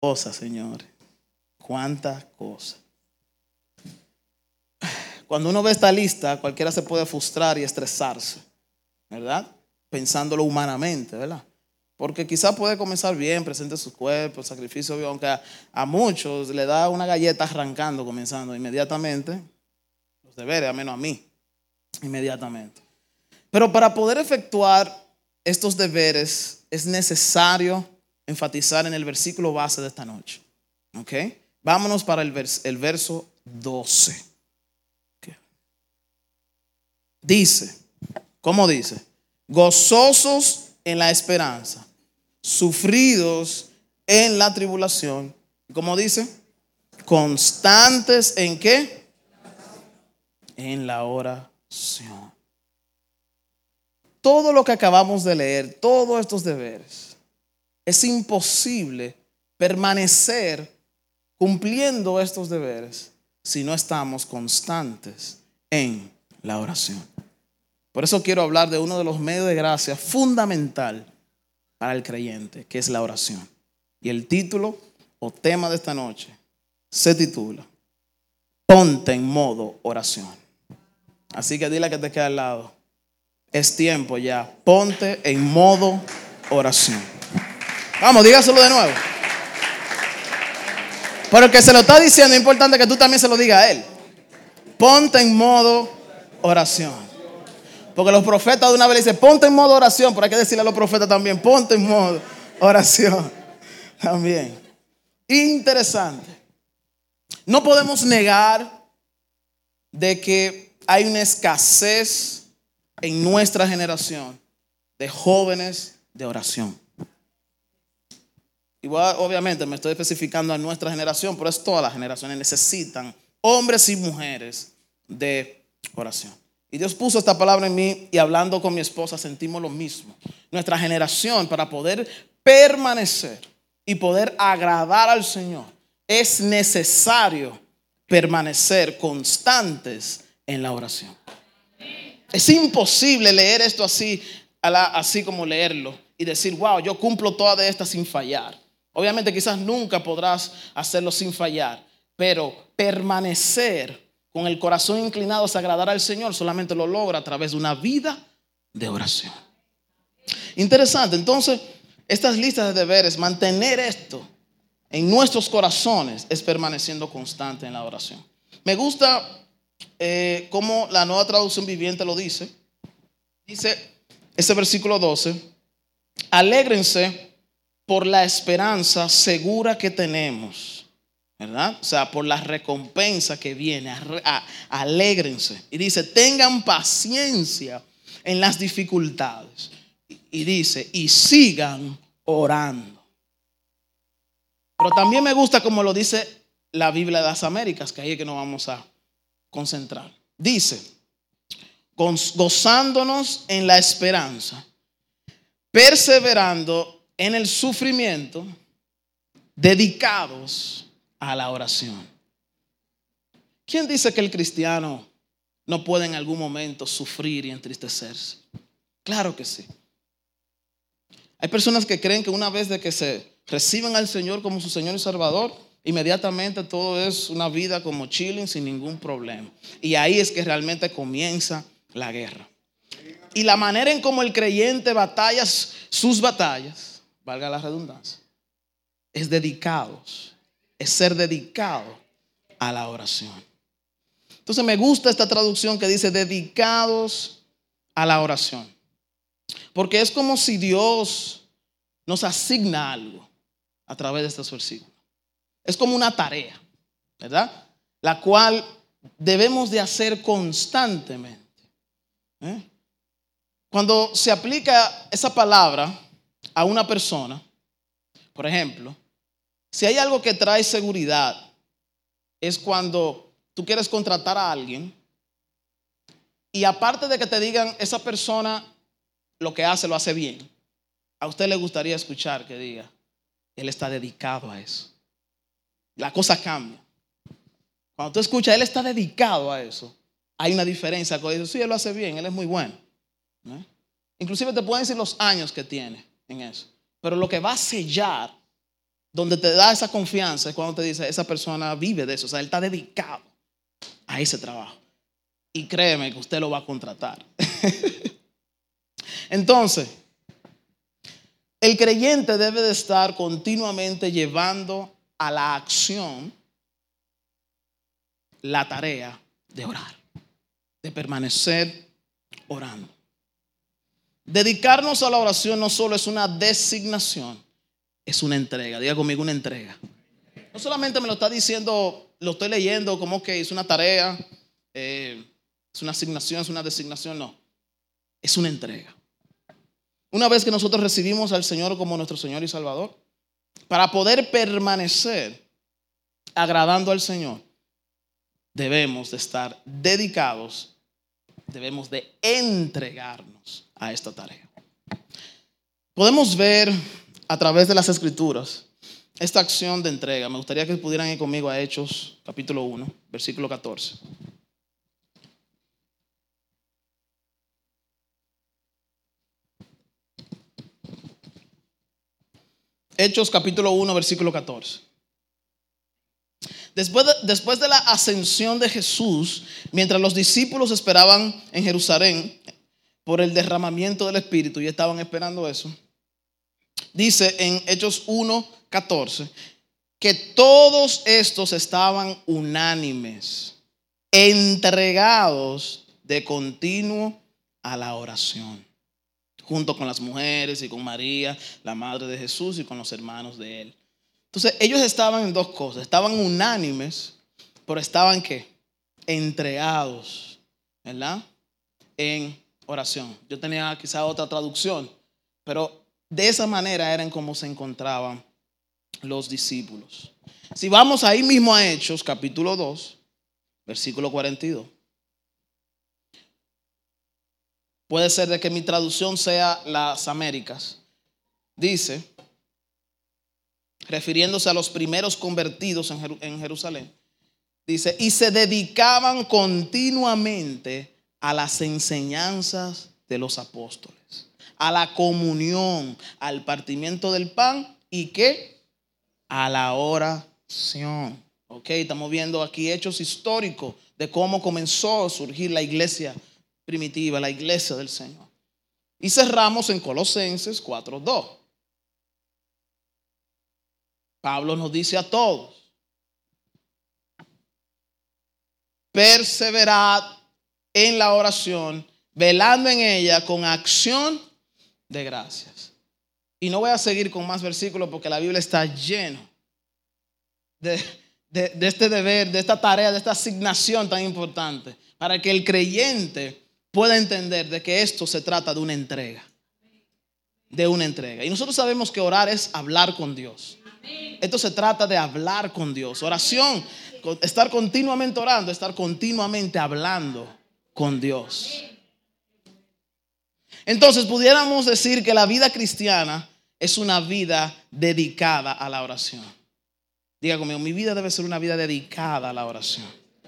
Cosas, señores. Cuántas cosas. Cuando uno ve esta lista, cualquiera se puede frustrar y estresarse, ¿verdad? Pensándolo humanamente, ¿verdad? Porque quizás puede comenzar bien, presente su cuerpo, sacrificio, aunque a muchos le da una galleta arrancando, comenzando inmediatamente. Los deberes, a menos a mí, inmediatamente. Pero para poder efectuar estos deberes es necesario enfatizar en el versículo base de esta noche. ¿Ok? Vámonos para el verso 12. Okay. Dice, ¿cómo dice? Gozosos en la esperanza, sufridos en la tribulación. ¿Cómo dice? Constantes en ¿qué? En la oración. Todo lo que acabamos de leer, todos estos deberes, es imposible permanecer cumpliendo estos deberes si no estamos constantes en la oración. Por eso quiero hablar de uno de los medios de gracia fundamental para el creyente, que es la oración. Y el título o tema de esta noche se titula Ponte en modo oración. Así que dile que te queda al lado. Es tiempo ya. Ponte en modo oración. Vamos, dígaselo de nuevo. Pero el que se lo está diciendo es importante que tú también se lo digas a él. Ponte en modo oración. Porque los profetas de una vez le dicen, ponte en modo oración. Pero hay que decirle a los profetas también, ponte en modo oración. También. Interesante. No podemos negar de que hay una escasez en nuestra generación de jóvenes de oración. Igual, obviamente, me estoy especificando a nuestra generación, pero es todas las generaciones necesitan hombres y mujeres de oración. Y Dios puso esta palabra en mí y hablando con mi esposa sentimos lo mismo. Nuestra generación, para poder permanecer y poder agradar al Señor, es necesario permanecer constantes en la oración. Es imposible leer esto así como leerlo y decir, wow, yo cumplo todas de estas sin fallar. Obviamente quizás nunca podrás hacerlo sin fallar, pero permanecer con el corazón inclinado a agradar al Señor solamente lo logra a través de una vida de oración. Interesante, entonces estas listas de deberes, mantener esto en nuestros corazones es permaneciendo constante en la oración. Me gusta como la Nueva Traducción Viviente lo dice. Dice ese versículo 12: alégrense por la esperanza segura que tenemos, ¿verdad? O sea, por la recompensa que viene. Alégrense. Y dice, tengan paciencia en las dificultades. Y dice, y sigan orando. Pero también me gusta como lo dice la Biblia de las Américas, que ahí es que nos vamos a concentrar. Dice, gozándonos en la esperanza, perseverando en el sufrimiento, dedicados a la oración. ¿Quién dice que el cristiano no puede en algún momento sufrir y entristecerse? Claro que sí. Hay personas que creen que una vez de que se reciben al Señor como su Señor y Salvador, inmediatamente todo es una vida como chilling sin ningún problema. Y ahí es que realmente comienza la guerra. Y la manera en cómo el creyente batalla sus batallas, valga la redundancia, es dedicados, es ser dedicado a la oración. Entonces me gusta esta traducción que dice dedicados a la oración. Porque es como si Dios nos asigna algo a través de estos versículos. Es como una tarea, ¿verdad? La cual debemos de hacer constantemente. Cuando se aplica esa palabra a una persona, por ejemplo, si hay algo que trae seguridad, es cuando tú quieres contratar a alguien y aparte de que te digan esa persona lo que hace, lo hace bien, a usted le gustaría escuchar que diga, él está dedicado a eso. La cosa cambia. Cuando tú escuchas, él está dedicado a eso, hay una diferencia. Cuando dices, sí, él lo hace bien, él es muy bueno. Inclusive te pueden decir los años que tiene en eso. Pero lo que va a sellar donde te da esa confianza es cuando te dice, esa persona vive de eso, o sea, él está dedicado a ese trabajo. Y créeme que usted lo va a contratar. Entonces, el creyente debe de estar continuamente llevando a la acción la tarea de orar, de permanecer orando. Dedicarnos a la oración no solo es una designación, es una entrega. Diga conmigo, una entrega. No solamente me lo está diciendo, lo estoy leyendo como que es una tarea, es una asignación, es una designación, no. Es una entrega. Una vez que nosotros recibimos al Señor como nuestro Señor y Salvador, para poder permanecer agradando al Señor, debemos de estar dedicados, debemos de entregarnos a esta tarea. Podemos ver a través de las Escrituras esta acción de entrega. Me gustaría que pudieran ir conmigo a Hechos capítulo 1, versículo 14. Hechos capítulo 1, versículo 14. Después de la ascensión de Jesús, mientras los discípulos esperaban en Jerusalén por el derramamiento del Espíritu y estaban esperando eso, dice en Hechos 1, 14, que todos estos estaban unánimes, entregados de continuo a la oración, junto con las mujeres y con María, la madre de Jesús, y con los hermanos de él. Entonces ellos estaban en dos cosas, estaban unánimes, pero estaban ¿qué? Entregados, ¿verdad? En oración. Yo tenía quizá otra traducción, pero de esa manera era en cómo se encontraban los discípulos. Si vamos ahí mismo a Hechos capítulo 2, versículo 42. Puede ser de que mi traducción sea las Américas. Dice, refiriéndose a los primeros convertidos en Jerusalén, dice, y se dedicaban continuamente a las enseñanzas de los apóstoles, a la comunión, al partimiento del pan y ¿qué? A la oración. Ok, estamos viendo aquí hechos históricos de cómo comenzó a surgir la iglesia primitiva, la iglesia del Señor. Y cerramos en Colosenses 4:2. Pablo nos dice a todos, perseverad en la oración, velando en ella con acción de gracias. Y no voy a seguir con más versículos porque la Biblia está lleno de este deber, de esta tarea, de esta asignación tan importante, para que el creyente pueda entender de que esto se trata de una entrega. De una entrega. Y nosotros sabemos que orar es hablar con Dios. Esto se trata de hablar con Dios. Oración, estar continuamente orando, estar continuamente hablando con Dios. Entonces pudiéramos decir que la vida cristiana es una vida dedicada a la oración. Diga conmigo, mi vida debe ser una vida dedicada a la oración.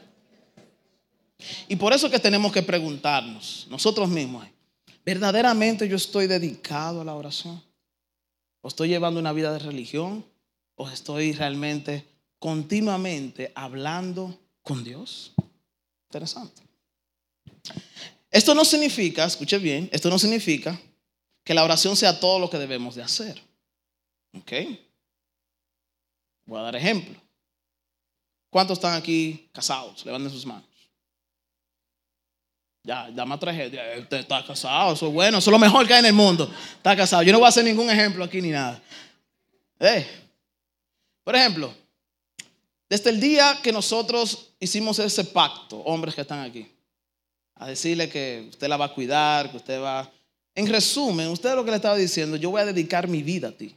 Y por eso que tenemos que preguntarnos nosotros mismos, ¿verdaderamente yo estoy dedicado a la oración? ¿O estoy llevando una vida de religión? ¿O estoy realmente continuamente hablando con Dios? Interesante. Esto no significa, escuche bien, esto no significa que la oración sea todo lo que debemos de hacer. ¿Ok? Voy a dar ejemplo. ¿Cuántos están aquí casados? Levanten sus manos. Ya me traje. Usted está casado, eso es bueno, eso es lo mejor que hay en el mundo. Está casado. Yo no voy a hacer ningún ejemplo aquí ni nada. Por ejemplo, desde el día que nosotros hicimos ese pacto, hombres que están aquí, a decirle que usted la va a cuidar, que usted va... En resumen, usted lo que le estaba diciendo, yo voy a dedicar mi vida a ti.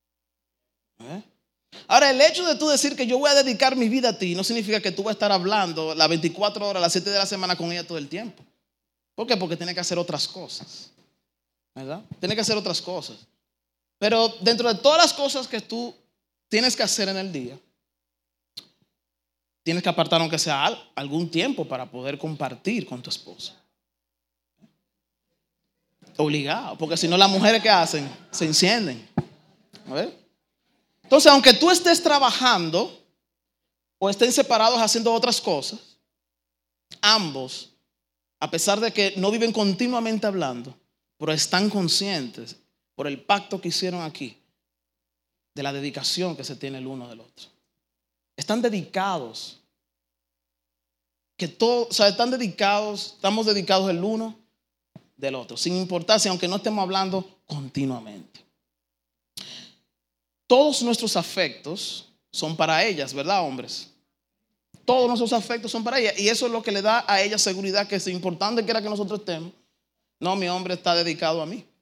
Ahora, el hecho de tú decir que yo voy a dedicar mi vida a ti no significa que tú vas a estar hablando las 24 horas, las 7 de la semana con ella todo el tiempo. ¿Por qué? Porque tiene que hacer otras cosas, ¿verdad? Tiene que hacer otras cosas. Pero dentro de todas las cosas que tú tienes que hacer en el día, tienes que apartar aunque sea algún tiempo para poder compartir con tu esposa. Obligado, porque si no las mujeres ¿qué hacen? Se encienden. A ver. Entonces, aunque tú estés trabajando o estén separados haciendo otras cosas, ambos, a pesar de que no viven continuamente hablando, pero están conscientes por el pacto que hicieron aquí de la dedicación que se tiene el uno del otro. Están dedicados, están dedicados, estamos dedicados el uno del otro, sin importar si aunque no estemos hablando continuamente. Todos nuestros afectos son para ellas, ¿verdad, hombres? Todos nuestros afectos son para ellas. Y eso es lo que le da a ellas seguridad, que es importante que era que nosotros estemos. No, mi hombre está dedicado a mí.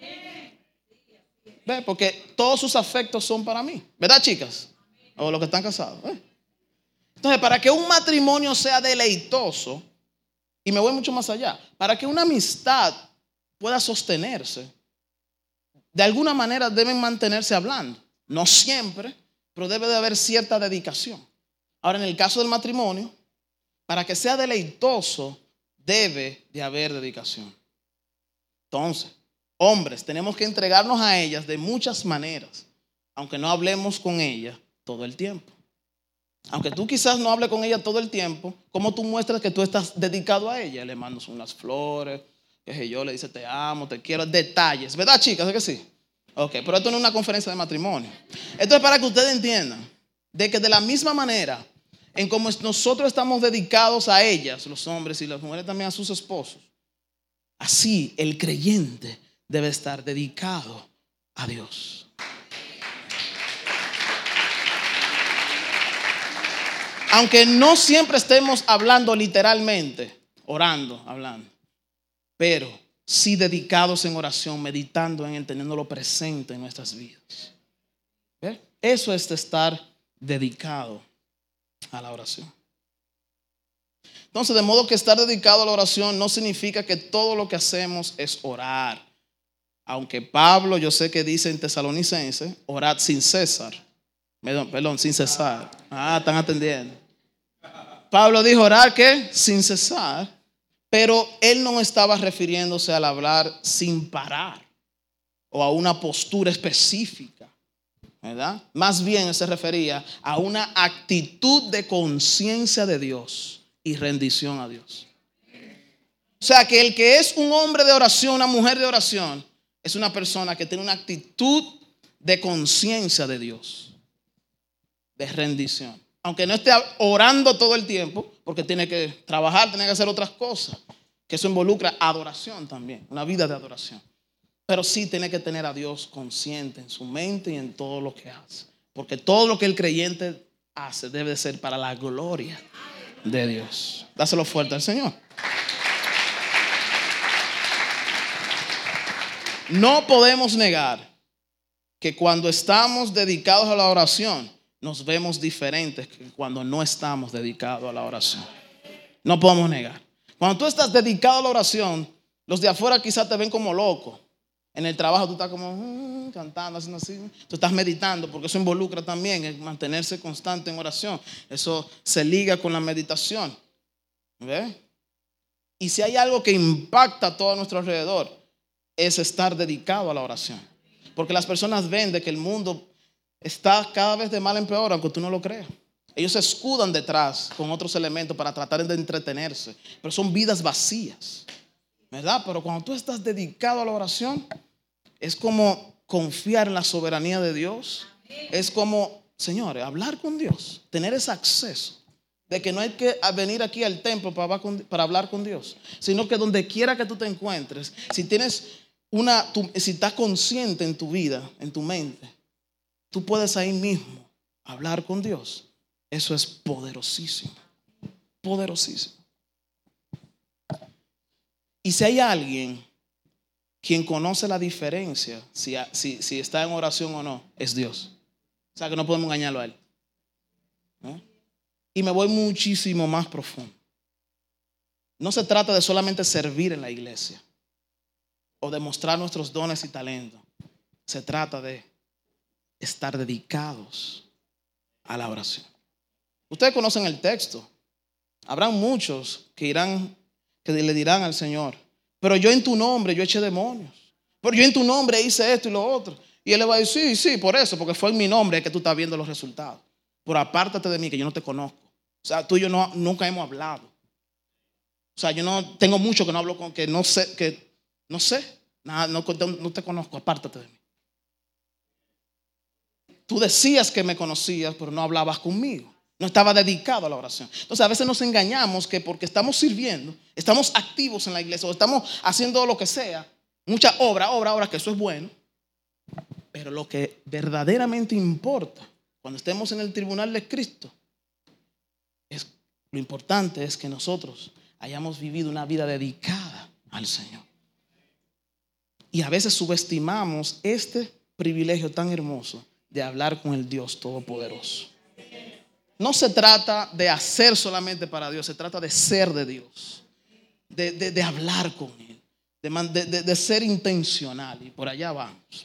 ¿Ve? Porque todos sus afectos son para mí. ¿Verdad, chicas? O los que están casados. Entonces, para que un matrimonio sea deleitoso, y me voy mucho más allá, para que una amistad pueda sostenerse, de alguna manera deben mantenerse hablando. No siempre, pero debe de haber cierta dedicación. Ahora, en el caso del matrimonio, para que sea deleitoso, debe de haber dedicación. Entonces, hombres, tenemos que entregarnos a ellas de muchas maneras, aunque no hablemos con ellas todo el tiempo. Aunque tú quizás no hables con ella todo el tiempo, ¿cómo tú muestras que tú estás dedicado a ella? Le mandas unas flores, qué sé yo, le dices te amo, te quiero, detalles. ¿Verdad, chicas? ¿Es que sí? Ok, pero esto no es una conferencia de matrimonio. Esto es para que ustedes entiendan de que de la misma manera en como nosotros estamos dedicados a ellas, los hombres y las mujeres también a sus esposos, así el creyente debe estar dedicado a Dios. Aunque no siempre estemos hablando literalmente, orando, hablando, pero sí dedicados en oración, meditando en él, teniéndolo presente en nuestras vidas. ¿Ve? Eso es estar dedicado a la oración. Entonces, de modo que estar dedicado a la oración no significa que todo lo que hacemos es orar. Aunque Pablo, yo sé que dice en Tesalonicenses, orad sin cesar. Perdón, sin cesar. Están atendiendo. Pablo dijo orar ¿qué? Sin cesar. Pero él no estaba refiriéndose al hablar sin parar o a una postura específica, ¿verdad? Más bien él se refería a una actitud de conciencia de Dios y rendición a Dios. O sea que el que es un hombre de oración, una mujer de oración, es una persona que tiene una actitud de conciencia de Dios, de rendición. Aunque no esté orando todo el tiempo, porque tiene que trabajar, tiene que hacer otras cosas, que eso involucra adoración también, una vida de adoración. Pero sí tiene que tener a Dios consciente en su mente y en todo lo que hace. Porque todo lo que el creyente hace debe ser para la gloria de Dios. Dáselo fuerte al Señor. No podemos negar que cuando estamos dedicados a la oración, nos vemos diferentes que cuando no estamos dedicados a la oración. No podemos negar. Cuando tú estás dedicado a la oración, los de afuera quizás te ven como loco. En el trabajo tú estás como cantando, haciendo así. Tú estás meditando, porque eso involucra también el mantenerse constante en oración. Eso se liga con la meditación. ¿Ve? Y si hay algo que impacta a todo nuestro alrededor, es estar dedicado a la oración. Porque las personas ven de que el mundo está cada vez de mal en peor, aunque tú no lo creas. Ellos se escudan detrás con otros elementos para tratar de entretenerse, pero son vidas vacías, ¿verdad? Pero cuando tú estás dedicado a la oración, es como confiar en la soberanía de Dios. Es como, señores, hablar con Dios, tener ese acceso de que no hay que venir aquí al templo para hablar con Dios, sino que donde quiera que tú te encuentres, si estás consciente en tu vida, en tu mente, tú puedes ahí mismo hablar con Dios. Eso es poderosísimo. Poderosísimo. Y si hay alguien quien conoce la diferencia, si está en oración o no, es Dios. O sea que no podemos engañarlo a él. ¿No? Y me voy muchísimo más profundo. No se trata de solamente servir en la iglesia o demostrar nuestros dones y talentos. Se trata de estar dedicados a la oración. Ustedes conocen el texto. Habrán muchos que le dirán al Señor, pero yo en tu nombre yo eché demonios, pero yo en tu nombre hice esto y lo otro. Y él le va a decir, sí, por eso, porque fue en mi nombre que tú estás viendo los resultados. Pero apártate de mí, que yo no te conozco. O sea, tú y yo nunca hemos hablado. O sea, yo no tengo mucho que no hablo con, que no sé, nada, no te conozco, apártate de mí. Tú decías que me conocías, pero no hablabas conmigo. No estaba dedicado a la oración. Entonces a veces nos engañamos que porque estamos sirviendo, estamos activos en la iglesia o estamos haciendo lo que sea, mucha obra, que eso es bueno. Pero lo que verdaderamente importa cuando estemos en el tribunal de Cristo, lo importante es que nosotros hayamos vivido una vida dedicada al Señor. Y a veces subestimamos este privilegio tan hermoso de hablar con el Dios Todopoderoso. No se trata de hacer solamente para Dios, se trata de ser de Dios, de hablar con Él, de ser intencional. Y por allá vamos.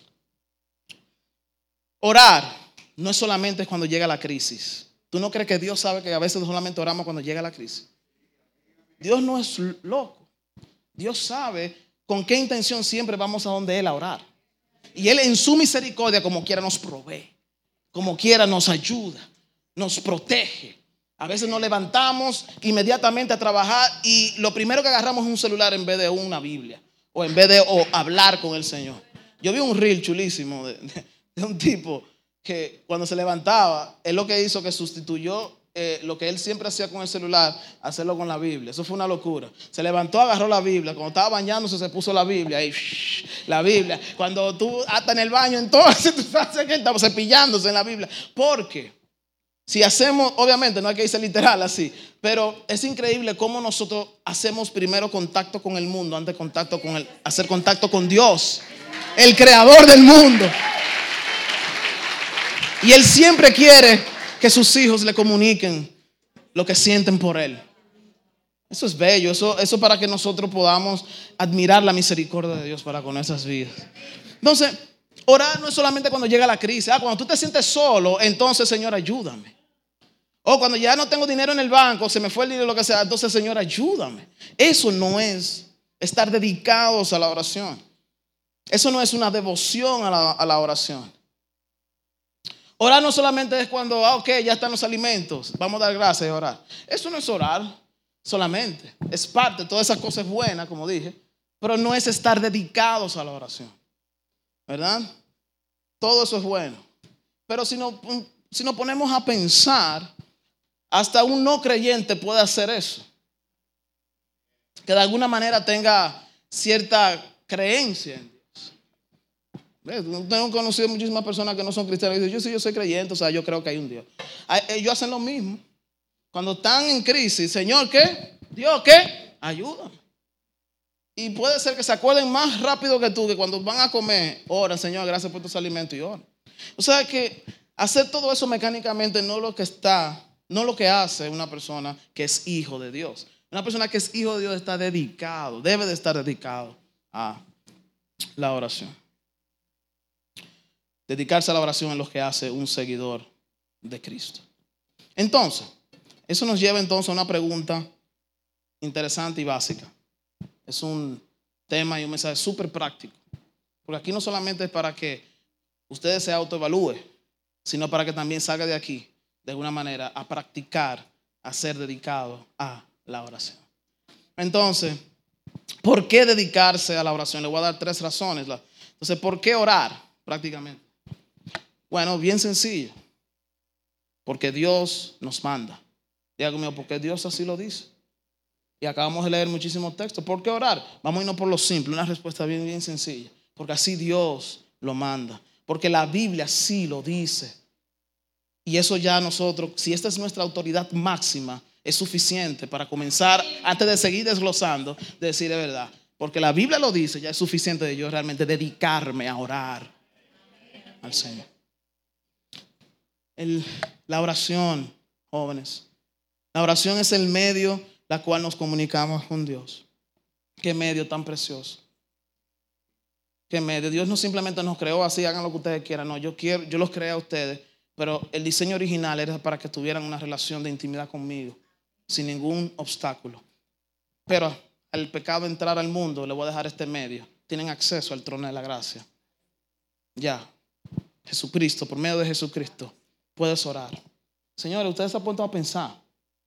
Orar no es solamente cuando llega la crisis. ¿Tú no crees que Dios sabe que a veces solamente oramos cuando llega la crisis? Dios no es loco. Dios sabe con qué intención siempre vamos a donde Él a orar. Y Él en su misericordia como quiera nos provee, como quiera nos ayuda, nos protege. A veces nos levantamos inmediatamente a trabajar y lo primero que agarramos es un celular en vez de una Biblia o en vez de hablar con el Señor. Yo vi un reel chulísimo de un tipo que cuando se levantaba, él lo que hizo que sustituyó lo que él siempre hacía con el celular, hacerlo con la Biblia. Eso fue una locura. Se levantó, agarró la Biblia. Cuando estaba bañándose se puso la Biblia y la Biblia. Cuando tú hasta en el baño, entonces tú sabes que estamos cepillándose en la Biblia. Porque si hacemos, obviamente no hay que irse literal así, pero es increíble cómo nosotros hacemos primero contacto con el mundo antes de hacer contacto con Dios, el creador del mundo. Y Él siempre quiere que sus hijos le comuniquen lo que sienten por Él. Eso es bello, eso para que nosotros podamos admirar la misericordia de Dios para con nuestras vidas. Entonces, orar no es solamente cuando llega la crisis. Cuando tú te sientes solo, entonces, Señor, ayúdame. O cuando ya no tengo dinero en el banco, se me fue el dinero, lo que sea, entonces, Señor, ayúdame. Eso no es estar dedicados a la oración. Eso no es una devoción a la oración. Orar no solamente es cuando, ok, ya están los alimentos, vamos a dar gracias y orar. Eso no es orar solamente. Es parte, todas esas cosas buenas, como dije, pero no es estar dedicados a la oración. ¿Verdad? Todo eso es bueno. Pero si nos ponemos a pensar, hasta un no creyente puede hacer eso. Que de alguna manera tenga cierta creencia en Dios. Tengo conocido muchísimas personas que no son cristianas y dicen, yo soy creyente, o sea, yo creo que hay un Dios. Ellos hacen lo mismo. Cuando están en crisis, Señor, ¿qué? Dios, ¿qué? Ayúdame. Y puede ser que se acuerden más rápido que tú, que cuando van a comer, oran, Señor, gracias por tus alimentos y oran. O sea que hacer todo eso mecánicamente no lo que hace una persona que es hijo de Dios. Una persona que es hijo de Dios está dedicado, debe de estar dedicado a la oración. Dedicarse a la oración es lo que hace un seguidor de Cristo. Entonces, eso nos lleva entonces a una pregunta interesante y básica. Es un tema y un mensaje súper práctico. Porque aquí no solamente es para que ustedes se autoevalúen, sino para que también salga de aquí, de alguna manera, a practicar, a ser dedicado a la oración. Entonces, ¿por qué dedicarse a la oración? Le voy a dar 3 razones. Entonces, ¿por qué orar prácticamente? Bueno, bien sencillo. Porque Dios nos manda. Diga conmigo, porque Dios así lo dice. Y acabamos de leer muchísimos textos. ¿Por qué orar? Vamos a irnos por lo simple. Una respuesta bien, bien sencilla. Porque así Dios lo manda. Porque la Biblia sí lo dice. Y eso ya nosotros, si esta es nuestra autoridad máxima, es suficiente para comenzar, antes de seguir desglosando, de decir de verdad. Porque la Biblia lo dice, ya es suficiente de yo realmente dedicarme a orar al Señor. La oración, jóvenes. La oración es el medio la cual nos comunicamos con Dios. Qué medio tan precioso. Qué medio. Dios no simplemente nos creó así, hagan lo que ustedes quieran. No, yo los creé a ustedes, pero el diseño original era para que tuvieran una relación de intimidad conmigo, sin ningún obstáculo. Pero al pecado entrar al mundo, le voy a dejar este medio. Tienen acceso al trono de la gracia. Ya, Jesucristo, por medio de Jesucristo, puedes orar. Señores, ustedes se han puesto a pensar.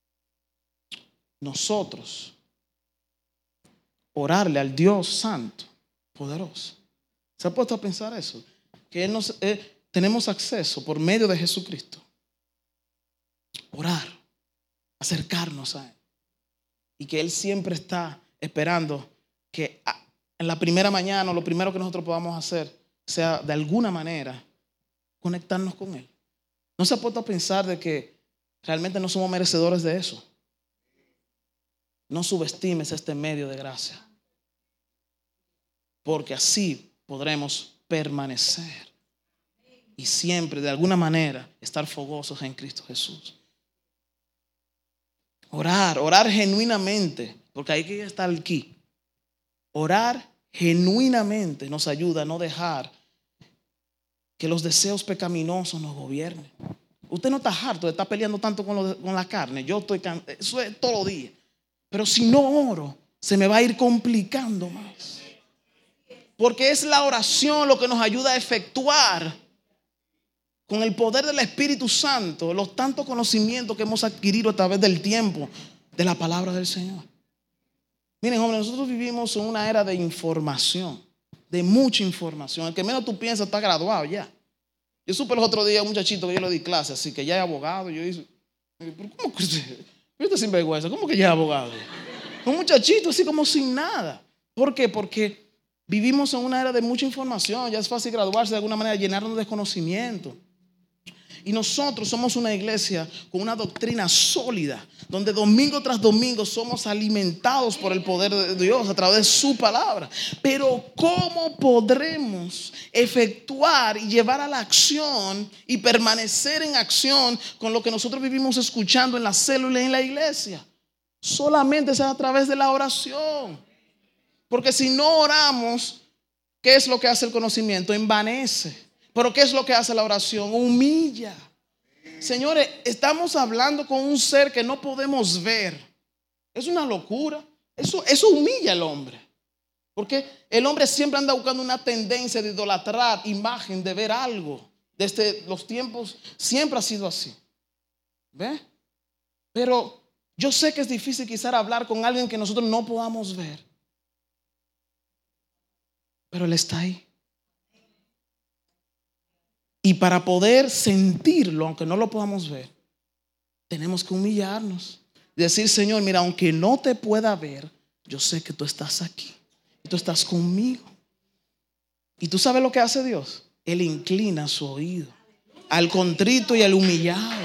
Nosotros orarle al Dios Santo, poderoso. ¿Se ha puesto a pensar eso? Que tenemos acceso por medio de Jesucristo. Orar, acercarnos a Él. Y que Él siempre está esperando que en la primera mañana, lo primero que nosotros podamos hacer sea de alguna manera conectarnos con Él. ¿No se ha puesto a pensar de que realmente no somos merecedores de eso? No subestimes este medio de gracia, porque así podremos permanecer y siempre de alguna manera estar fogosos en Cristo Jesús. Orar genuinamente, porque ahí que está el key. Orar genuinamente nos ayuda a no dejar que los deseos pecaminosos nos gobiernen. Usted no está harto de estar peleando tanto con la carne. Yo estoy eso es todos los días. Pero si no oro, se me va a ir complicando más. Porque es la oración lo que nos ayuda a efectuar con el poder del Espíritu Santo los tantos conocimientos que hemos adquirido a través del tiempo de la palabra del Señor. Miren, jóvenes, nosotros vivimos en una era de información, de mucha información. El que menos tú piensas está graduado ya. Yo supe los otros días un muchachito que yo le di clase, así que ya es abogado. Yo dije, ¿cómo que usted? Yo sin vergüenza, ¿cómo que ya es abogado? Un muchachito así como sin nada. ¿Por qué? Porque vivimos en una era de mucha información. Ya es fácil graduarse de alguna manera, llenarnos de conocimiento. Y nosotros somos una iglesia con una doctrina sólida, donde domingo tras domingo somos alimentados por el poder de Dios a través de su palabra. Pero ¿cómo podremos efectuar y llevar a la acción y permanecer en acción con lo que nosotros vivimos escuchando en la célula y en la iglesia? Solamente es a través de la oración. Porque si no oramos, ¿qué es lo que hace el conocimiento? Envanece. Pero ¿qué es lo que hace la oración? Humilla. Señores, estamos hablando con un ser que no podemos ver. Es una locura. Eso humilla al hombre. Porque el hombre siempre anda buscando una tendencia de idolatrar imagen, de ver algo. Desde los tiempos siempre ha sido así. ¿Ve? Pero yo sé que es difícil quizás hablar con alguien que nosotros no podamos ver. Pero Él está ahí. Y para poder sentirlo, aunque no lo podamos ver, tenemos que humillarnos. Decir, Señor, mira, aunque no te pueda ver, yo sé que tú estás aquí. Y tú estás conmigo. ¿Y tú sabes lo que hace Dios? Él inclina su oído al contrito y al humillado.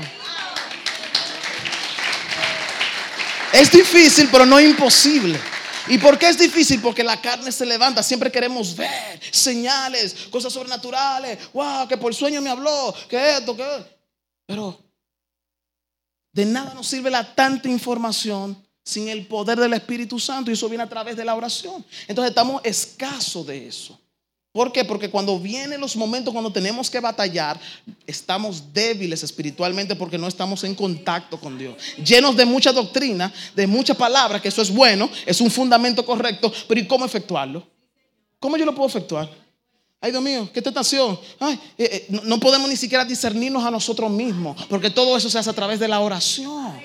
Es difícil, pero no imposible. ¿Y por qué es difícil? Porque la carne se levanta. Siempre queremos ver señales, cosas sobrenaturales. Wow, que por sueño me habló, que esto, que... Pero de nada nos sirve la tanta información sin el poder del Espíritu Santo. Y eso viene a través de la oración. Entonces estamos escasos de eso. ¿Por qué? Porque cuando vienen los momentos cuando tenemos que batallar, estamos débiles espiritualmente porque no estamos en contacto con Dios. Llenos de mucha doctrina, de muchas palabras, que eso es bueno, es un fundamento correcto, pero ¿y cómo efectuarlo? ¿Cómo yo lo puedo efectuar? Ay, Dios mío, qué tentación. No podemos ni siquiera discernirnos a nosotros mismos, porque todo eso se hace a través de la oración.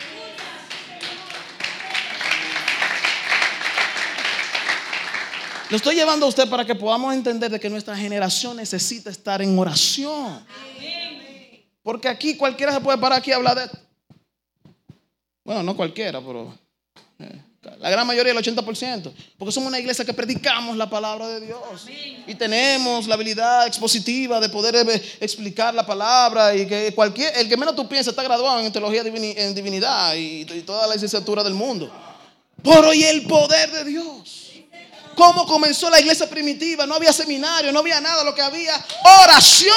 Lo estoy llevando a usted para que podamos entender de que nuestra generación necesita estar en oración. Porque aquí cualquiera se puede parar aquí y hablar de... Bueno, no cualquiera, pero la gran mayoría, el 80%. Porque somos una iglesia que predicamos la palabra de Dios. Y tenemos la habilidad expositiva de poder explicar la palabra. Y que el que menos tú piensas está graduado en teología, en divinidad y toda la licenciatura del mundo. Pero ¿y el poder de Dios? ¿Cómo comenzó la iglesia primitiva? No había seminario, no había nada. Lo que había, oración.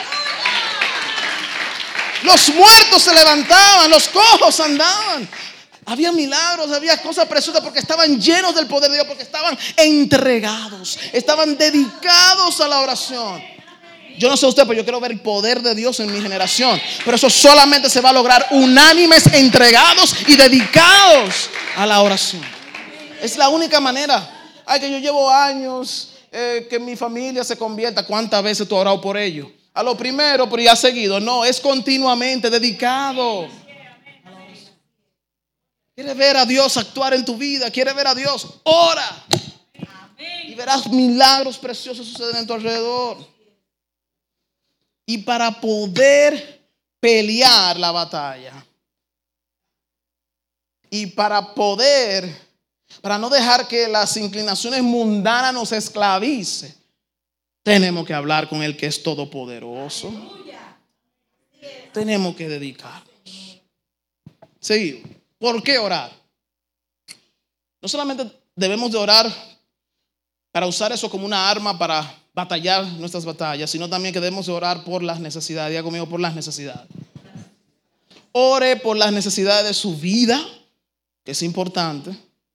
Los muertos se levantaban, los cojos andaban. Había milagros, había cosas preciosas porque estaban llenos del poder de Dios, porque estaban entregados, estaban dedicados a la oración. Yo no sé usted, pero yo quiero ver el poder de Dios en mi generación. Pero eso solamente se va a lograr unánimes, entregados y dedicados a la oración. Es la única manera. Ay, que yo llevo años que mi familia se convierta. ¿Cuántas veces tú has orado por ellos? a lo primero, pero ya seguido. No, es continuamente dedicado. ¿Quieres ver a Dios actuar en tu vida? ¿Quieres ver a Dios? Ora. Y verás milagros preciosos suceder en tu alrededor. Y para poder pelear la batalla, y para no dejar que las inclinaciones mundanas nos esclavicen, tenemos que hablar con el que es todopoderoso. Tenemos que dedicarnos. Sí. ¿Por qué orar? No solamente debemos de orar para usar eso como una arma para batallar nuestras batallas, sino también que debemos de orar por las necesidades. Diga conmigo, por las necesidades. Ore por las necesidades de su vida, que es importante,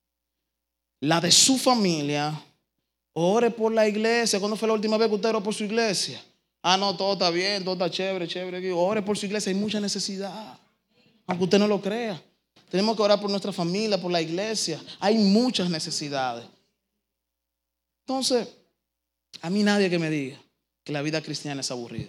la de su familia. Ore por la iglesia. ¿Cuándo fue la última vez que usted oró por su iglesia? No, todo está bien, todo está chévere. Ore por su iglesia, hay mucha necesidad, aunque usted no lo crea. Tenemos que orar por nuestra familia, por la iglesia. Hay muchas necesidades. Entonces, a mí nadie que me diga que la vida cristiana es aburrida.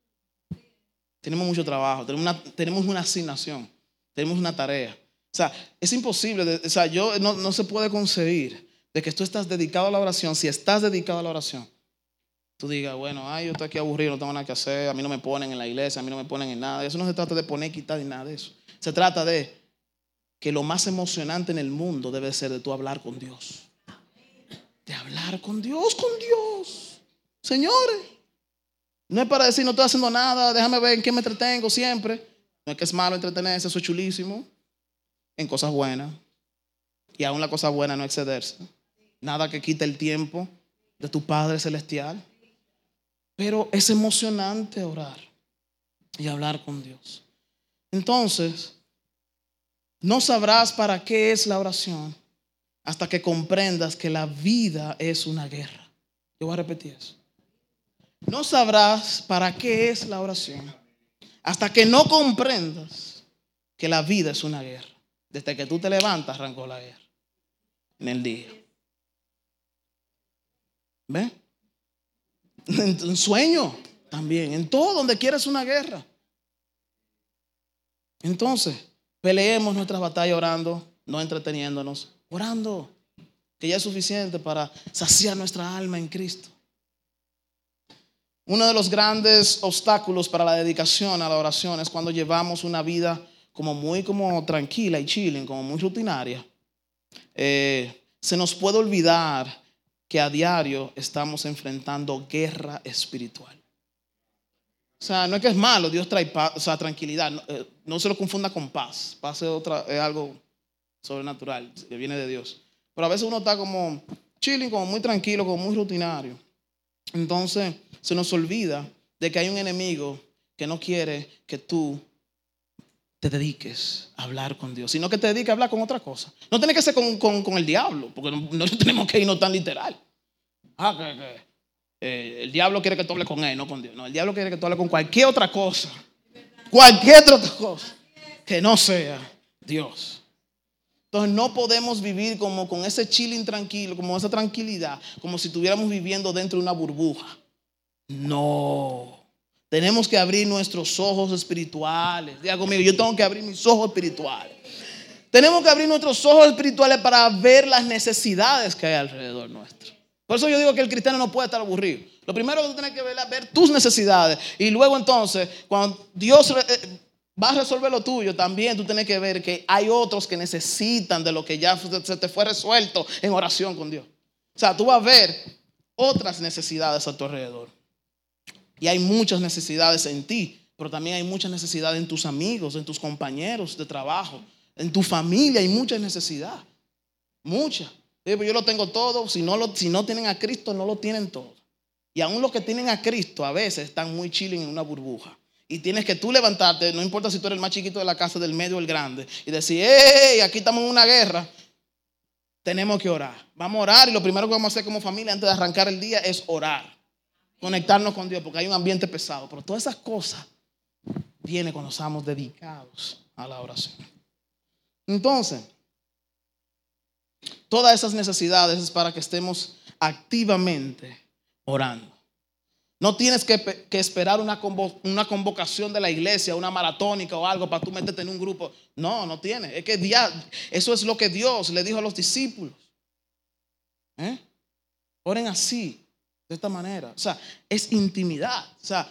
Tenemos mucho trabajo, tenemos una asignación, tenemos una tarea. O sea, es imposible, no se puede concebir de que tú estás dedicado a la oración. Si estás dedicado a la oración, tú digas, bueno, yo estoy aquí aburrido, no tengo nada que hacer, a mí no me ponen en la iglesia, a mí no me ponen en nada. Eso no se trata de poner, quitar ni nada de eso. Se trata de que lo más emocionante en el mundo debe ser de tú hablar con Dios. De hablar con Dios, Señores. No es para decir, no estoy haciendo nada, déjame ver en qué me entretengo siempre. No es que es malo entretenerse, eso es chulísimo. En cosas buenas. Y aún la cosa buena no excederse. Nada que quite el tiempo de tu Padre Celestial. Pero es emocionante orar y hablar con Dios. Entonces, no sabrás para qué es la oración hasta que comprendas que la vida es una guerra. Yo voy a repetir eso. No sabrás para qué es la oración hasta que no comprendas que la vida es una guerra. Desde que tú te levantas arrancó la guerra en el día. ¿Ves? En sueño también, en todo donde quieras una guerra. Entonces, peleemos nuestras batallas orando, no entreteniéndonos, orando, que ya es suficiente para saciar nuestra alma en Cristo. Uno de los grandes obstáculos para la dedicación a la oración es cuando llevamos una vida como tranquila y chilling, como muy rutinaria. Se nos puede olvidar que a diario estamos enfrentando guerra espiritual. O sea, no es que es malo, Dios trae paz, tranquilidad. No se lo confunda con paz. Paz es algo sobrenatural que viene de Dios. Pero a veces uno está como chilling, como muy tranquilo, como muy rutinario. Entonces se nos olvida de que hay un enemigo que no quiere que tú te dediques a hablar con Dios, sino que te dediques a hablar con otra cosa. No tiene que ser con el diablo, porque no tenemos que irnos tan literal. El diablo quiere que tú hables con él, no con Dios. No, el diablo quiere que tú hables con cualquier otra cosa. Cualquier otra cosa que no sea Dios. Entonces no podemos vivir como con ese chilling tranquilo, como esa tranquilidad, como si estuviéramos viviendo dentro de una burbuja. No. Tenemos que abrir nuestros ojos espirituales. Diga conmigo, yo tengo que abrir mis ojos espirituales. Tenemos que abrir nuestros ojos espirituales para ver las necesidades que hay alrededor nuestro. Por eso yo digo que el cristiano no puede estar aburrido. Lo primero que tú tienes que ver es ver tus necesidades. Y luego entonces, cuando Dios va a resolver lo tuyo, también tú tienes que ver que hay otros que necesitan de lo que ya se te fue resuelto en oración con Dios. O sea, tú vas a ver otras necesidades a tu alrededor. Y hay muchas necesidades en ti, pero también hay muchas necesidades en tus amigos, en tus compañeros de trabajo, en tu familia. Hay muchas necesidades. Muchas. Yo lo tengo todo. Si no tienen a Cristo, no lo tienen todo. Y aún los que tienen a Cristo a veces están muy chilling en una burbuja. Y tienes que tú levantarte, no importa si tú eres el más chiquito de la casa, del medio o el grande, y decir, hey, aquí estamos en una guerra. Tenemos que orar. Vamos a orar y lo primero que vamos a hacer como familia antes de arrancar el día es orar. Conectarnos con Dios porque hay un ambiente pesado. Pero todas esas cosas vienen cuando estamos dedicados a la oración. Entonces, todas esas necesidades es para que estemos activamente orando. No tienes que esperar una convocación de la iglesia, una maratónica o algo para tú meterte en un grupo. No, no tienes. Es que eso es lo que Dios le dijo a los discípulos. Oren así, de esta manera. O sea, es intimidad. O sea,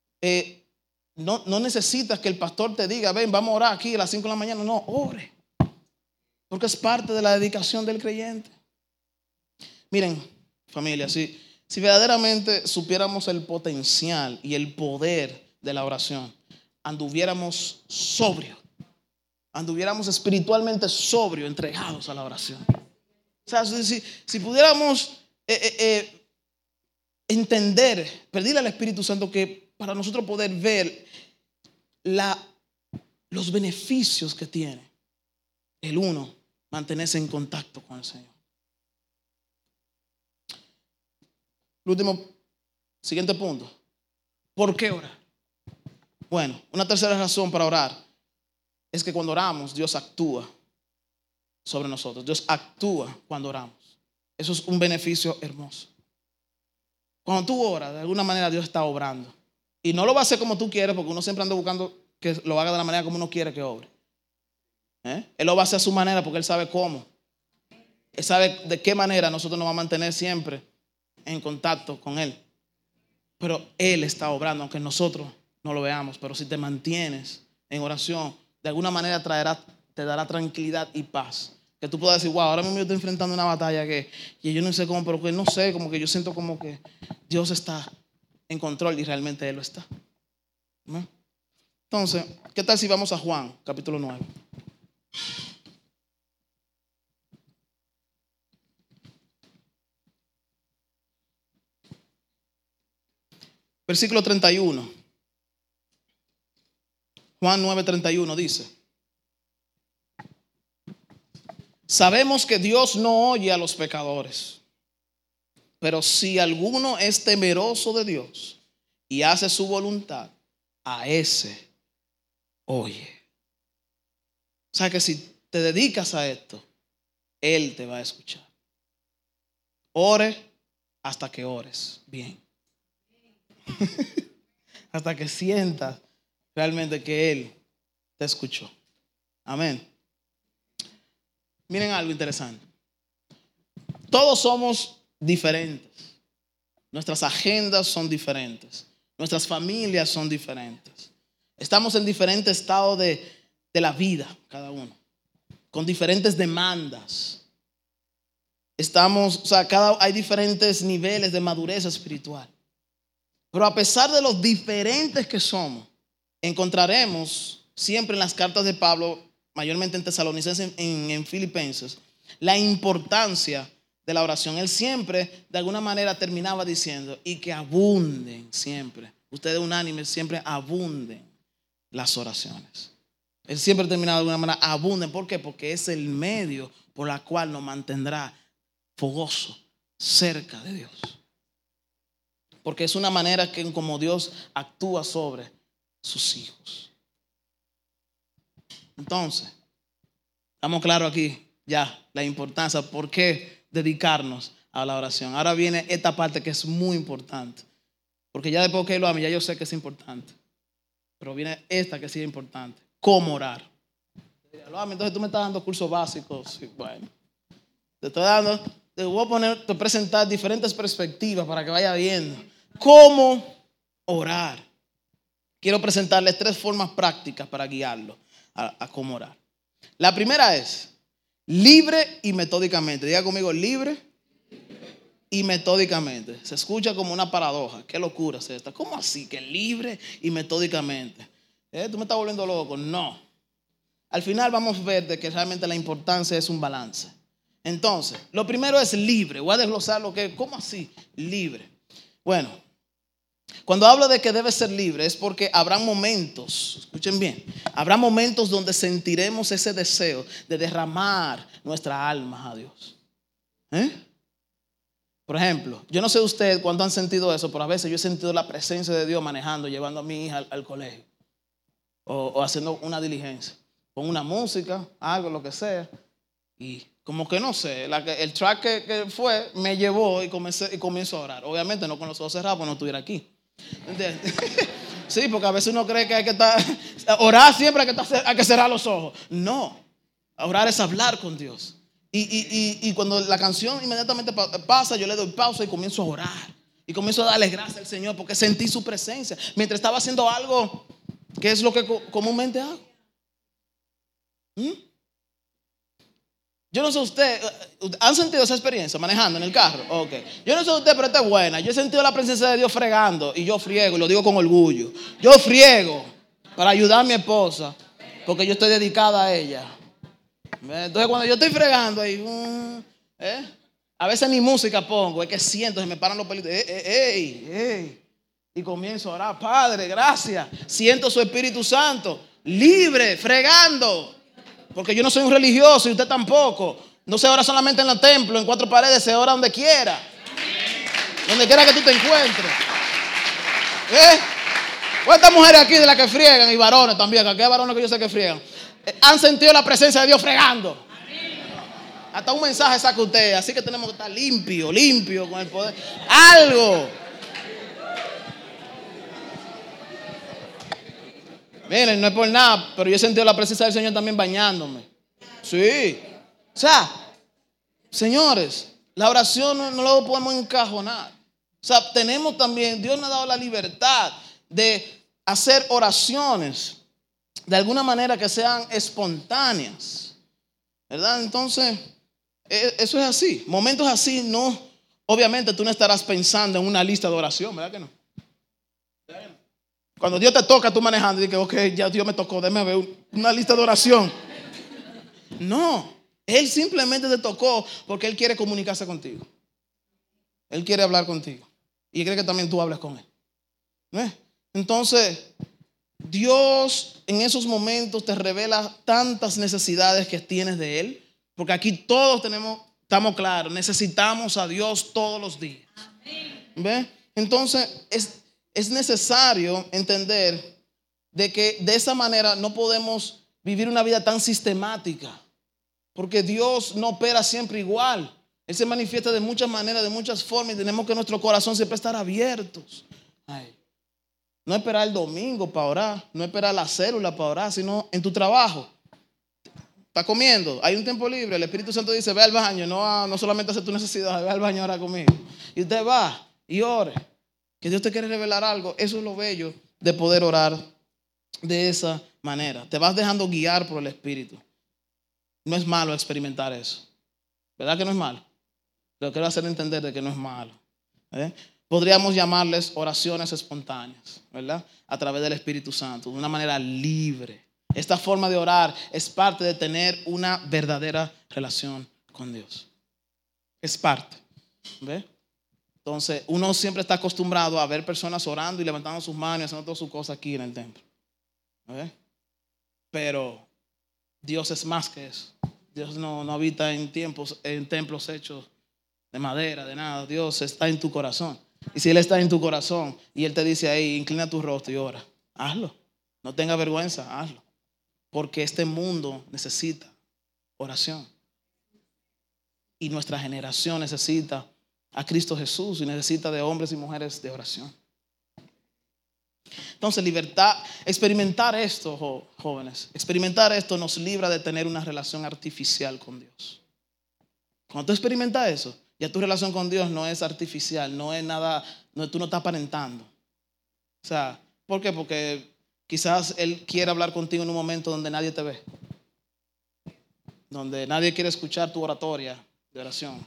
no necesitas que el pastor te diga, ven, vamos a orar aquí a las 5 de la mañana. No, ore. Porque es parte de la dedicación del creyente. Miren, familia, si verdaderamente supiéramos el potencial y el poder de la oración, anduviéramos sobrios, anduviéramos espiritualmente sobrios, entregados a la oración. O sea, si pudiéramos entender, pedirle al Espíritu Santo que para nosotros poder ver los beneficios que tiene el uno mantenerse en contacto con el Señor. El último, siguiente punto. ¿Por qué orar? Bueno, una tercera razón para orar es que cuando oramos, Dios actúa sobre nosotros. Dios actúa cuando oramos. Eso es un beneficio hermoso. Cuando tú oras, de alguna manera Dios está obrando. Y no lo va a hacer como tú quieres, porque uno siempre anda buscando que lo haga de la manera como uno quiere que obre. Él lo va a hacer a su manera porque Él sabe cómo. Él sabe de qué manera nosotros nos vamos a mantener siempre en contacto con Él. Pero Él está obrando, aunque nosotros no lo veamos. Pero si te mantienes en oración, de alguna manera te dará tranquilidad y paz. Que tú puedas decir, wow, ahora mismo yo estoy enfrentando una batalla que yo no sé cómo, pero que no sé, como que yo siento como que Dios está en control y realmente Él lo está. ¿No? Entonces, ¿qué tal si vamos a Juan, capítulo 9? Versículo 31. Juan 9:31 dice: sabemos que Dios no oye a los pecadores, pero si alguno es temeroso de Dios y hace su voluntad, a ese oye. O sea que si te dedicas a esto, Él te va a escuchar. Ore hasta que ores bien. Hasta que sientas realmente que Él te escuchó. Amén. Miren algo interesante. Todos somos diferentes. Nuestras agendas son diferentes. Nuestras familias son diferentes. Estamos en diferentes estados de la vida, cada uno, con diferentes demandas. Hay diferentes niveles de madurez espiritual. Pero a pesar de los diferentes que somos, encontraremos siempre en las cartas de Pablo, mayormente en Tesalonicenses, en Filipenses, la importancia de la oración. Él siempre, de alguna manera, terminaba diciendo, y que abunden siempre, ustedes unánimes, siempre abunden las oraciones. Él siempre terminaba de alguna manera, abunden. ¿Por qué? Porque es el medio por la cual nos mantendrá fogoso, cerca de Dios. Porque es una manera que como Dios actúa sobre sus hijos. Entonces, estamos claros aquí ya la importancia, por qué dedicarnos a la oración. Ahora viene esta parte que es muy importante. Porque ya después que lo ame, ya yo sé que es importante. Pero viene esta que sí es importante. ¿Cómo orar? Entonces tú me estás dando cursos básicos. Sí, bueno, te voy a presentar diferentes perspectivas para que vaya viendo cómo orar. Quiero presentarles 3 formas prácticas para guiarlo a cómo orar. La primera es libre y metódicamente. Diga conmigo, libre y metódicamente. Se escucha como una paradoja. Qué locura es esta. ¿Cómo así que libre y metódicamente? ¿Tú me estás volviendo loco? No. Al final vamos a ver de que realmente la importancia es un balance. Entonces, lo primero es libre. Voy a desglosar lo que es. ¿Cómo así? Libre. Bueno, cuando hablo de que debe ser libre es porque habrá momentos, escuchen bien, habrá momentos donde sentiremos ese deseo de derramar nuestra alma a Dios. Por ejemplo, yo no sé ustedes cuánto han sentido eso, pero a veces yo he sentido la presencia de Dios manejando, llevando a mi hija al colegio o haciendo una diligencia. Con una música, algo, lo que sea, y como que no sé, el track que fue me llevó y comienzo a orar. Obviamente no con los ojos cerrados, porque no estuviera aquí. ¿Entiendes? Sí, porque a veces uno cree que hay que orar siempre hay que cerrar los ojos. No, orar es hablar con Dios. Y cuando la canción inmediatamente pasa, yo le doy pausa y comienzo a orar. Y comienzo a darle gracias al Señor porque sentí su presencia. Mientras estaba haciendo algo que es lo que comúnmente hago. Yo no sé usted, ¿han sentido esa experiencia manejando en el carro? Ok. Yo no sé usted, pero esta es buena. Yo he sentido la presencia de Dios fregando y yo friego, y lo digo con orgullo. Yo friego para ayudar a mi esposa porque yo estoy dedicada a ella. Entonces cuando yo estoy fregando ahí, a veces ni música pongo, es que siento, se me paran los pelitos. Y comienzo a orar, Padre, gracias. Siento su Espíritu Santo, libre, fregando. Porque yo no soy un religioso y usted tampoco. No se ora solamente en el templo, en 4 paredes, se ora donde quiera. Donde quiera que tú te encuentres. ¿Cuántas mujeres aquí de las que friegan y varones también? Que aquí hay varones que yo sé que friegan. Han sentido la presencia de Dios fregando. Hasta un mensaje saca usted. Así que tenemos que estar limpio con el poder. Algo. Miren, no es por nada, pero yo he sentido la presencia del Señor también bañándome. Sí. O sea, señores, la oración no lo podemos encajonar. O sea, tenemos también, Dios nos ha dado la libertad de hacer oraciones de alguna manera que sean espontáneas. ¿Verdad? Entonces, eso es así. Momentos así, no. Obviamente tú no estarás pensando en una lista de oración, ¿verdad que no? Cuando Dios te toca, tú manejando y dices, ok, ya Dios me tocó, déjame ver una lista de oración. No, Él simplemente te tocó porque Él quiere comunicarse contigo. Él quiere hablar contigo. Y quiere que también tú hables con Él. Entonces, Dios en esos momentos te revela tantas necesidades que tienes de Él. Porque aquí todos estamos claros, necesitamos a Dios todos los días. ¿Ve? Entonces, es necesario entender de que de esa manera no podemos vivir una vida tan sistemática, porque Dios no opera siempre igual. Él se manifiesta de muchas maneras, de muchas formas, y tenemos que nuestro corazón siempre estar abiertos. No esperar el domingo para orar, no esperar la célula para orar, sino en tu trabajo. Estás comiendo, hay un tiempo libre, el Espíritu Santo dice, ve al baño, no solamente hacer tu necesidad, ve al baño ahora conmigo. Y usted va y ore. Que Dios te quiere revelar algo. Eso es lo bello de poder orar de esa manera. Te vas dejando guiar por el Espíritu. No es malo experimentar eso. ¿Verdad que no es malo? Lo quiero hacer entender de que no es malo. Podríamos llamarles oraciones espontáneas, ¿verdad? A través del Espíritu Santo, de una manera libre. Esta forma de orar es parte de tener una verdadera relación con Dios. Es parte. ¿Ve? Entonces, uno siempre está acostumbrado a ver personas orando y levantando sus manos y haciendo todas sus cosas aquí en el templo. ¿Ve? Pero Dios es más que eso. Dios no habita en templos hechos de madera, de nada. Dios está en tu corazón. Y si Él está en tu corazón y Él te dice ahí, inclina tu rostro y ora, hazlo. No tengas vergüenza, hazlo. Porque este mundo necesita oración. Y nuestra generación necesita a Cristo Jesús y necesita de hombres y mujeres de oración. Entonces, libertad, experimentar esto, jóvenes, experimentar esto nos libra de tener una relación artificial con Dios. Cuando tú experimentas eso, ya tu relación con Dios no es artificial, no es nada, tú no estás aparentando. O sea, ¿por qué? Porque quizás Él quiere hablar contigo en un momento donde nadie te ve, donde nadie quiere escuchar tu oratoria de oración.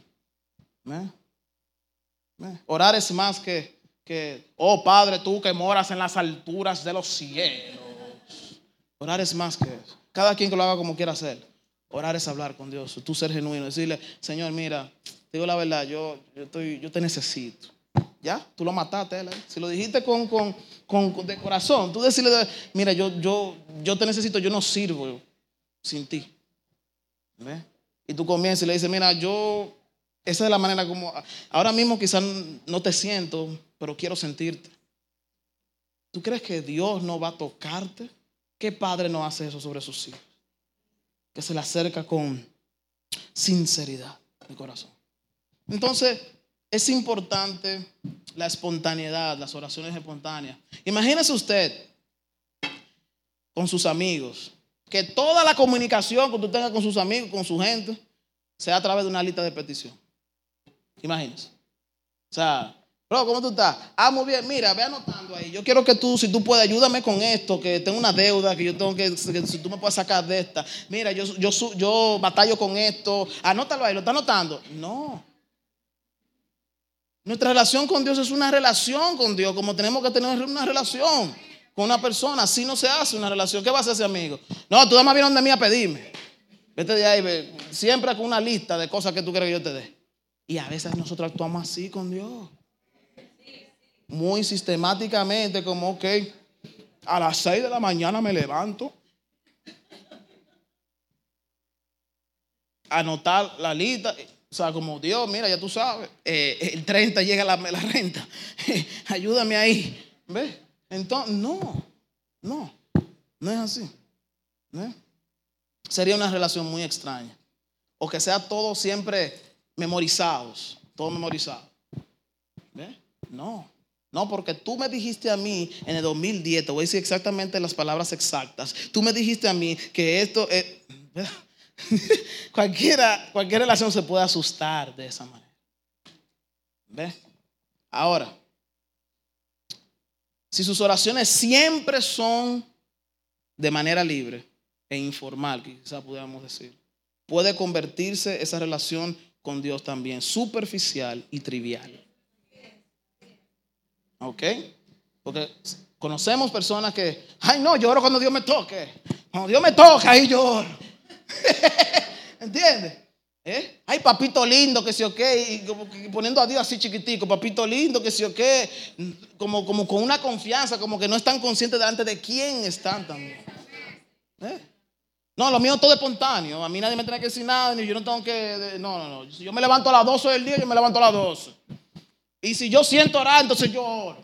Orar es más que, oh Padre, tú que moras en las alturas de los cielos. Orar es más que eso. Cada quien que lo haga como quiera hacer. Orar es hablar con Dios, tú ser genuino, decirle, Señor, mira, te digo la verdad, yo te necesito. ¿Ya? Tú lo mataste, ¿eh? Si lo dijiste de corazón, tú decirle, mira, yo te necesito, yo no sirvo sin ti. ¿Ves? Y tú comienzas y le dices, mira, esa es la manera como, ahora mismo quizás no te siento, pero quiero sentirte. ¿Tú crees que Dios no va a tocarte? ¿Qué padre no hace eso sobre sus hijos? Que se le acerca con sinceridad de corazón. Entonces, es importante la espontaneidad, las oraciones espontáneas. Imagínese usted con sus amigos, que toda la comunicación que usted tenga con sus amigos, con su gente, sea a través de una lista de petición. Imagínese. O sea, bro, ¿cómo tú estás? Muy bien, mira, ve anotando ahí. Yo quiero que tú, si tú puedes, ayúdame con esto, que tengo una deuda, que yo tengo que si tú me puedes sacar de esta. Mira, yo batallo con esto. Anótalo ahí, ¿lo está anotando? No. Nuestra relación con Dios es una relación con Dios, como tenemos que tener una relación con una persona. Así no se hace una relación. ¿Qué va a hacer ese amigo? No, tú además vienes donde mí a pedirme. Vete de ahí, siempre con una lista de cosas que tú quieres que yo te dé. Y a veces nosotros actuamos así con Dios. Muy sistemáticamente, como ok, a las 6 de la mañana me levanto, anotar la lista. O sea, como Dios, mira, ya tú sabes, el 30 llega la renta. Ayúdame ahí. ¿Ves? Entonces, no es así. ¿Ves? Sería una relación muy extraña. O que sea todo siempre memorizados. Todo memorizado. ¿Ves? No, porque tú me dijiste a mí en el 2010, te voy a decir exactamente las palabras exactas. Tú me dijiste a mí que esto es... cualquier relación se puede asustar de esa manera. ¿Ves? Ahora, si sus oraciones siempre son de manera libre e informal, quizás pudiéramos decir, puede convertirse esa relación con Dios también superficial y trivial. ¿Ok? Porque conocemos personas que, ay no, lloro cuando Dios me toque. Cuando Dios me toca, ahí lloro. ¿Entiendes? Ay, papito lindo, que sí o qué, y poniendo a Dios así chiquitico, papito lindo, que sí o qué, como con una confianza, como que no están conscientes delante de quién están también. No, lo mío es todo espontáneo, a mí nadie me tiene que decir nada, ni yo no tengo que, no. Si yo me levanto a las 12 del día, yo me levanto a las 12. Y si yo siento orar, entonces yo oro.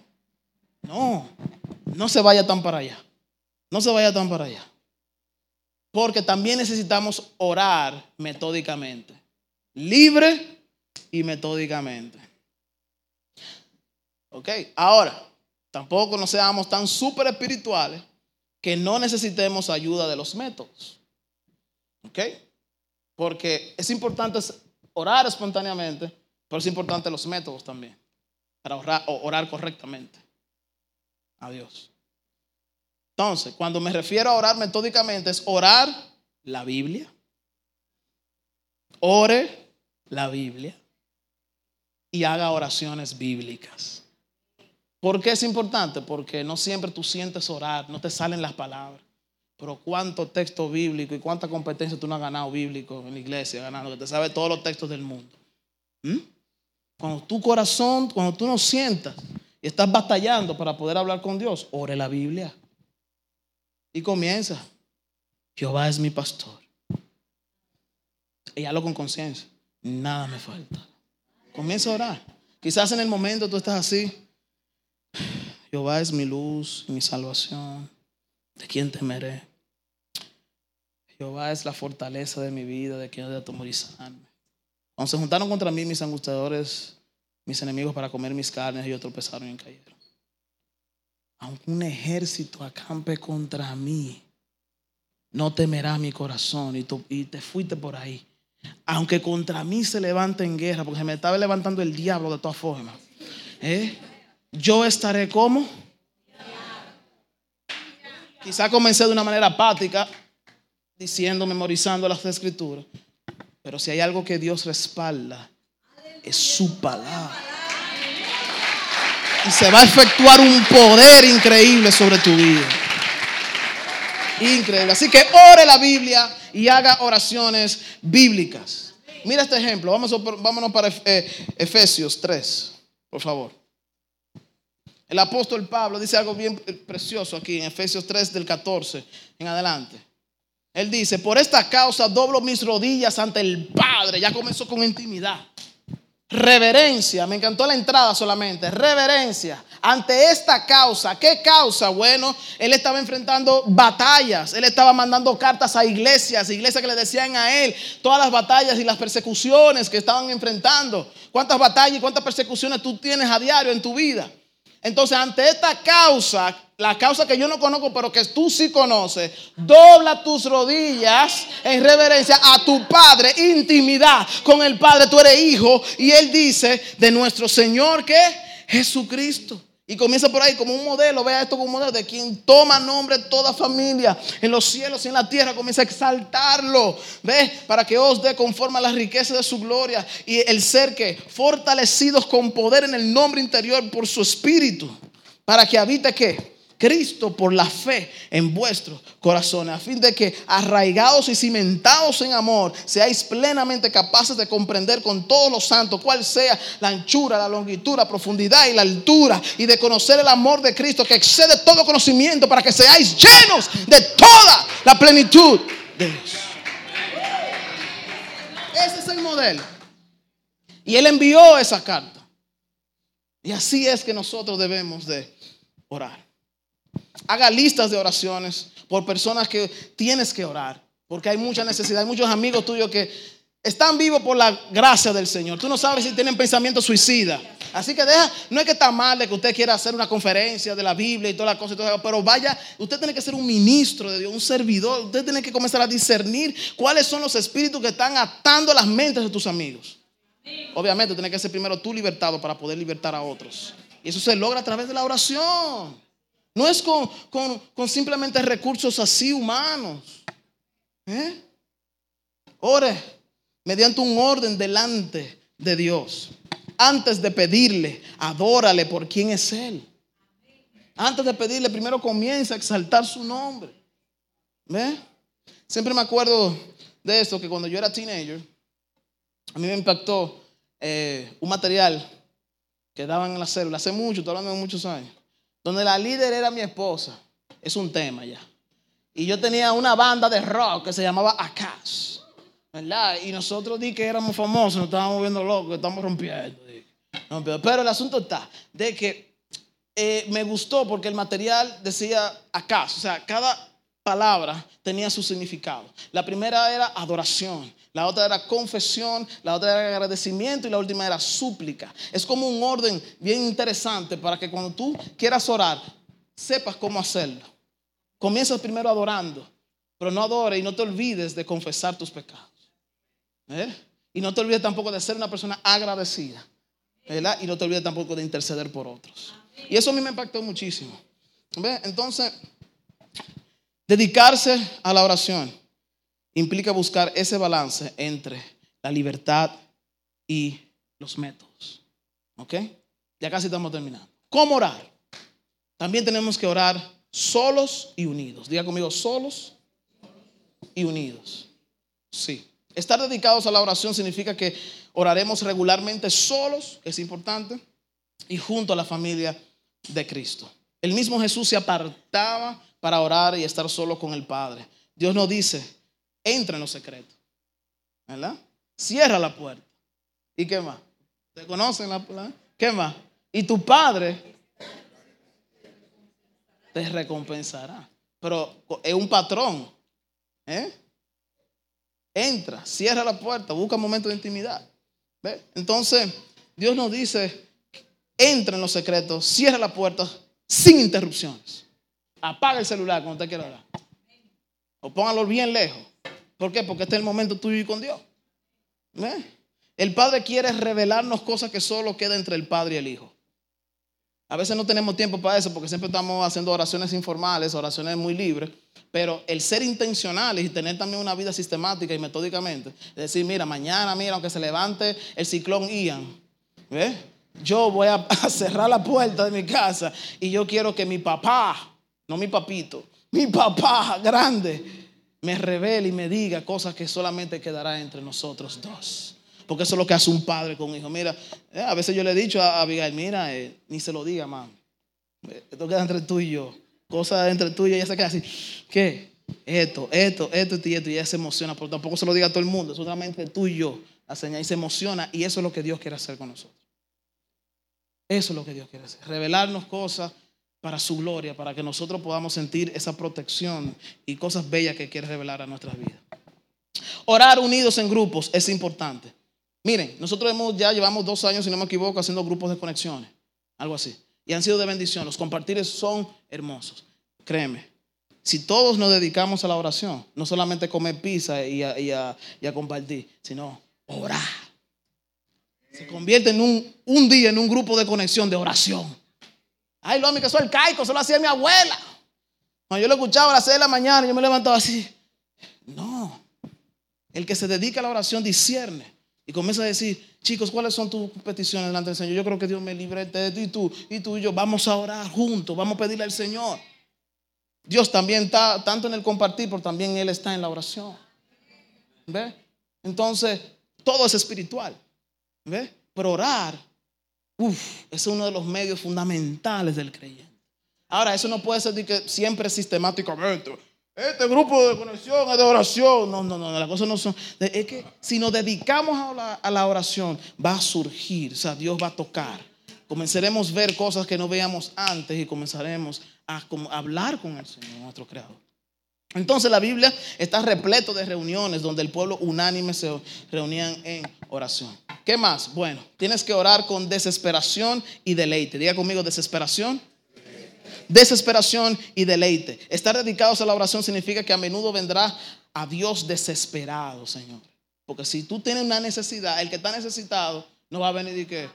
No se vaya tan para allá. No se vaya tan para allá. Porque también necesitamos orar metódicamente. Libre y metódicamente. Ok, ahora, tampoco no seamos tan súper espirituales que no necesitemos ayuda de los métodos. Ok, porque es importante orar espontáneamente, pero es importante los métodos también para orar correctamente a Dios. Entonces, cuando me refiero a orar metódicamente, es orar la Biblia. Ore la Biblia y haga oraciones bíblicas. ¿Por qué es importante? Porque no siempre tú sientes orar, no te salen las palabras. Pero cuánto texto bíblico y cuánta competencia tú no has ganado bíblico en la iglesia, ganando, que te sabes todos los textos del mundo. Cuando tu corazón, cuando tú no sientas y estás batallando para poder hablar con Dios, ore la Biblia. Y comienza. Jehová es mi pastor. Y hazlo con conciencia. Nada me falta. Comienza a orar. Quizás en el momento tú estás así. Jehová es mi luz y mi salvación. ¿De quién temeré? Jehová es la fortaleza de mi vida. ¿De quién he de atemorizarme? Cuando se juntaron contra mí mis angustiadores, mis enemigos para comer mis carnes, ellos tropezaron y cayeron. Aunque un ejército acampe contra mí, no temerá mi corazón. Y te fuiste por ahí. Aunque contra mí se levante en guerra, porque se me estaba levantando el diablo de todas formas. Yo estaré como. Quizá comencé de una manera apática, diciendo, memorizando las escrituras. Pero si hay algo que Dios respalda, es su palabra. Y se va a efectuar un poder increíble sobre tu vida. Increíble. Así que ore la Biblia y haga oraciones bíblicas. Mira este ejemplo. Vámonos para Efesios 3, por favor. El apóstol Pablo dice algo bien precioso aquí en Efesios 3 del 14 en adelante. Él dice, por esta causa doblo mis rodillas ante el Padre. Ya comenzó con intimidad. reverencia. Me encantó la entrada solamente. Reverencia ante esta causa. ¿Qué causa? Bueno, él estaba enfrentando batallas. Él estaba mandando cartas a iglesias que le decían a él todas las batallas y las persecuciones que estaban enfrentando. ¿Cuántas batallas y cuántas persecuciones tú tienes a diario en tu vida? Entonces, ante esta causa, la causa que yo no conozco, pero que tú sí conoces, dobla tus rodillas en reverencia a tu Padre, intimidad con el Padre. Tú eres hijo, y Él dice de nuestro Señor, ¿qué? Jesucristo. Y comienza por ahí como un modelo. Vea esto como un modelo de quien toma nombre toda familia en los cielos y en la tierra. Comienza a exaltarlo. Ve, para que os dé conforme a las riquezas de su gloria y el ser que fortalecidos con poder en el nombre interior por su espíritu, para que habite ¿qué? Cristo por la fe en vuestros corazones, a fin de que arraigados y cimentados en amor seáis plenamente capaces de comprender con todos los santos cuál sea la anchura, la longitud, la profundidad y la altura, y de conocer el amor de Cristo que excede todo conocimiento, para que seáis llenos de toda la plenitud de Dios. Ese es el modelo. Y Él envió esa carta. Y así es que nosotros debemos de orar. Haga listas de oraciones por personas que tienes que orar, porque hay mucha necesidad. Hay muchos amigos tuyos que están vivos por la gracia del Señor. Tú no sabes si tienen pensamiento suicida. Así que no es que está mal de que usted quiera hacer una conferencia de la Biblia y toda la cosa, pero vaya, usted tiene que ser un ministro de Dios, un servidor. Usted tiene que comenzar a discernir cuáles son los espíritus que están atando las mentes de tus amigos. Obviamente tiene que ser primero tú libertado para poder libertar a otros. Y eso se logra a través de la oración. No es con simplemente recursos así humanos. Ore mediante un orden delante de Dios. Antes de pedirle, adórale por quién es Él. Antes de pedirle, primero comienza a exaltar su nombre. Siempre me acuerdo de esto, que cuando yo era teenager, a mí me impactó un material que daban en la célula hace mucho, estoy hablando de muchos años, donde la líder era mi esposa. Es un tema ya. Y yo tenía una banda de rock que se llamaba Akash, ¿verdad? Y nosotros di que éramos famosos, nos estábamos viendo locos, estamos rompiendo. Pero el asunto está de que me gustó porque el material decía Akash. O sea, cada palabra tenía su significado. La primera era adoración, la otra era confesión, la otra era agradecimiento y la última era súplica. Es como un orden bien interesante para que cuando tú quieras orar, sepas cómo hacerlo. Comienzas primero adorando, pero no adores y no te olvides de confesar tus pecados. Y no te olvides tampoco de ser una persona agradecida, ¿verdad? Y no te olvides tampoco de interceder por otros. Y eso a mí me impactó muchísimo. Entonces, dedicarse a la oración implica buscar ese balance entre la libertad y los métodos. ¿Ok? Ya casi estamos terminando. ¿Cómo orar? También tenemos que orar solos y unidos. Diga conmigo, solos y unidos. Sí. Estar dedicados a la oración significa que oraremos regularmente solos, que es importante, y junto a la familia de Cristo. El mismo Jesús se apartaba para orar y estar solo con el Padre. Dios nos dice, entra en los secretos, ¿verdad? Cierra la puerta. ¿Y qué más? ¿Te conocen la puerta? ¿Qué más? Y tu Padre te recompensará. Pero es un patrón. Entra, cierra la puerta, busca momentos de intimidad. ¿Ve? Entonces, Dios nos dice, entra en los secretos, cierra la puerta sin interrupciones. Apaga el celular cuando usted quiera orar. O póngalo bien lejos. ¿Por qué? Porque este es el momento tuyo y con Dios. El Padre quiere revelarnos cosas que solo queda entre el Padre y el Hijo. A veces no tenemos tiempo para eso porque siempre estamos haciendo oraciones informales, oraciones muy libres. Pero el ser intencionales y tener también una vida sistemática y metódicamente, es decir, mira, mañana, aunque se levante el ciclón Ian, yo voy a cerrar la puerta de mi casa y yo quiero que mi papá, no mi papito, mi papá grande me revele y me diga cosas que solamente quedará entre nosotros dos. Porque eso es lo que hace un padre con un hijo. Mira, a veces yo le he dicho a Abigail, mira, ni se lo diga, mamá. Esto queda entre tú y yo. Cosas entre tú y ella se queda así. ¿Qué? esto, y ella se emociona, pero tampoco se lo diga a todo el mundo, solamente tú y yo, la señal, y se emociona, y eso es lo que Dios quiere hacer con nosotros. Eso es lo que Dios quiere hacer, revelarnos cosas para su gloria, para que nosotros podamos sentir esa protección y cosas bellas que quiere revelar a nuestras vidas. Orar unidos en grupos es importante. Miren, nosotros ya llevamos 2 años, si no me equivoco, haciendo grupos de conexiones, algo así, y han sido de bendición. Los compartires son hermosos, créeme. Si todos nos dedicamos a la oración, no solamente a comer pizza y a compartir, sino orar. Se convierte en un día en un grupo de conexión de oración. Ay, lo a mí que soy arcaico, eso lo hacía mi abuela. Cuando yo lo escuchaba a las 6 de la mañana, yo me levantaba así. No, el que se dedica a la oración discierne y comienza a decir, chicos, ¿cuáles son tus peticiones delante del Señor? Yo creo que Dios me libre de esto, y tú y yo vamos a orar juntos, vamos a pedirle al Señor. Dios también está tanto en el compartir, pero también Él está en la oración. ¿Ve? Entonces, todo es espiritual. ¿Ve? Pero orar, es uno de los medios fundamentales del creyente. Ahora, eso no puede ser de que siempre sistemáticamente. Este grupo de conexión es de oración. No, las cosas no son. Es que si nos dedicamos a la oración, va a surgir, o sea, Dios va a tocar. Comenzaremos a ver cosas que no veíamos antes y comenzaremos a hablar con el Señor, nuestro Creador. Entonces la Biblia está repleto de reuniones donde el pueblo unánime se reunían en oración. ¿Qué más? Bueno, tienes que orar con desesperación y deleite. Diga conmigo, desesperación. Desesperación y deleite. Estar dedicados a la oración significa que a menudo vendrá a Dios desesperado, Señor. Porque si tú tienes una necesidad, el que está necesitado no va a venir y que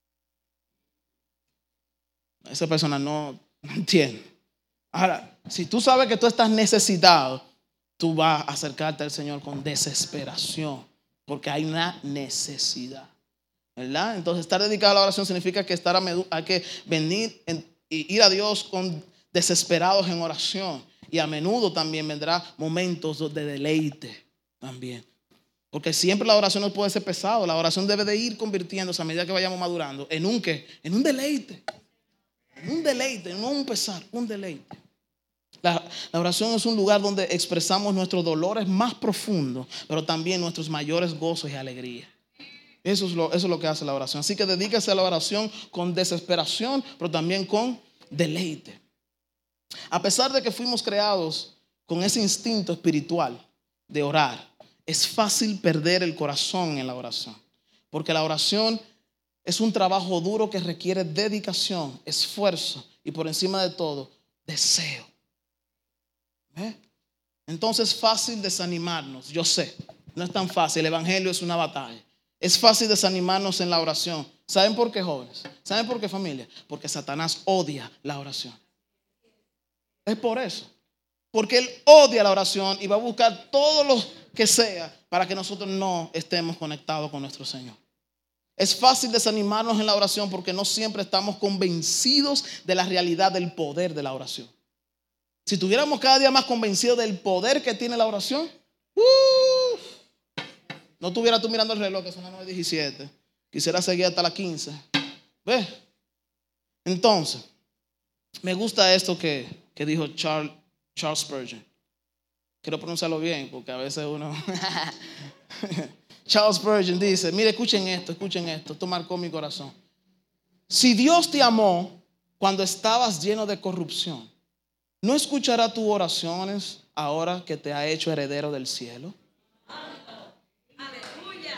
esa persona no entiende. Ahora, si tú sabes que tú estás necesitado, tú vas a acercarte al Señor con desesperación, porque hay una necesidad, ¿verdad? Entonces, estar dedicado a la oración significa que hay que venir y ir a Dios con desesperados en oración. Y a menudo también vendrá momentos de deleite también. Porque siempre la oración no puede ser pesado. La oración debe de ir convirtiéndose a medida que vayamos madurando en un ¿qué? En un deleite. En un deleite, no un pesar, un deleite. La oración es un lugar donde expresamos nuestros dolores más profundos, pero también nuestros mayores gozos y alegrías. Eso es lo que hace la oración. Así que dedícase a la oración con desesperación, pero también con deleite. A pesar de que fuimos creados con ese instinto espiritual de orar, es fácil perder el corazón en la oración. Porque la oración es un trabajo duro que requiere dedicación, esfuerzo y por encima de todo, deseo. Entonces es fácil desanimarnos. Yo sé, no es tan fácil. El evangelio es una batalla. Es fácil desanimarnos en la oración. ¿Saben por qué, jóvenes? ¿Saben por qué, familia? Porque Satanás odia la oración. Es por eso. Porque él odia la oración y va a buscar todo lo que sea para que nosotros no estemos conectados con nuestro Señor. Es fácil desanimarnos en la oración porque no siempre estamos convencidos de la realidad del poder de la oración. Si tuviéramos cada día más convencidos del poder que tiene la oración, no estuvieras tú mirando el reloj, que son las 9:17. Quisiera seguir hasta las 15. ¿Ves? Entonces, me gusta esto que dijo Charles Spurgeon. Quiero pronunciarlo bien porque a veces uno... Charles Spurgeon dice, mire, escuchen esto, esto marcó mi corazón. Si Dios te amó cuando estabas lleno de corrupción, ¿no escuchará tus oraciones ahora que te ha hecho heredero del cielo? Aleluya.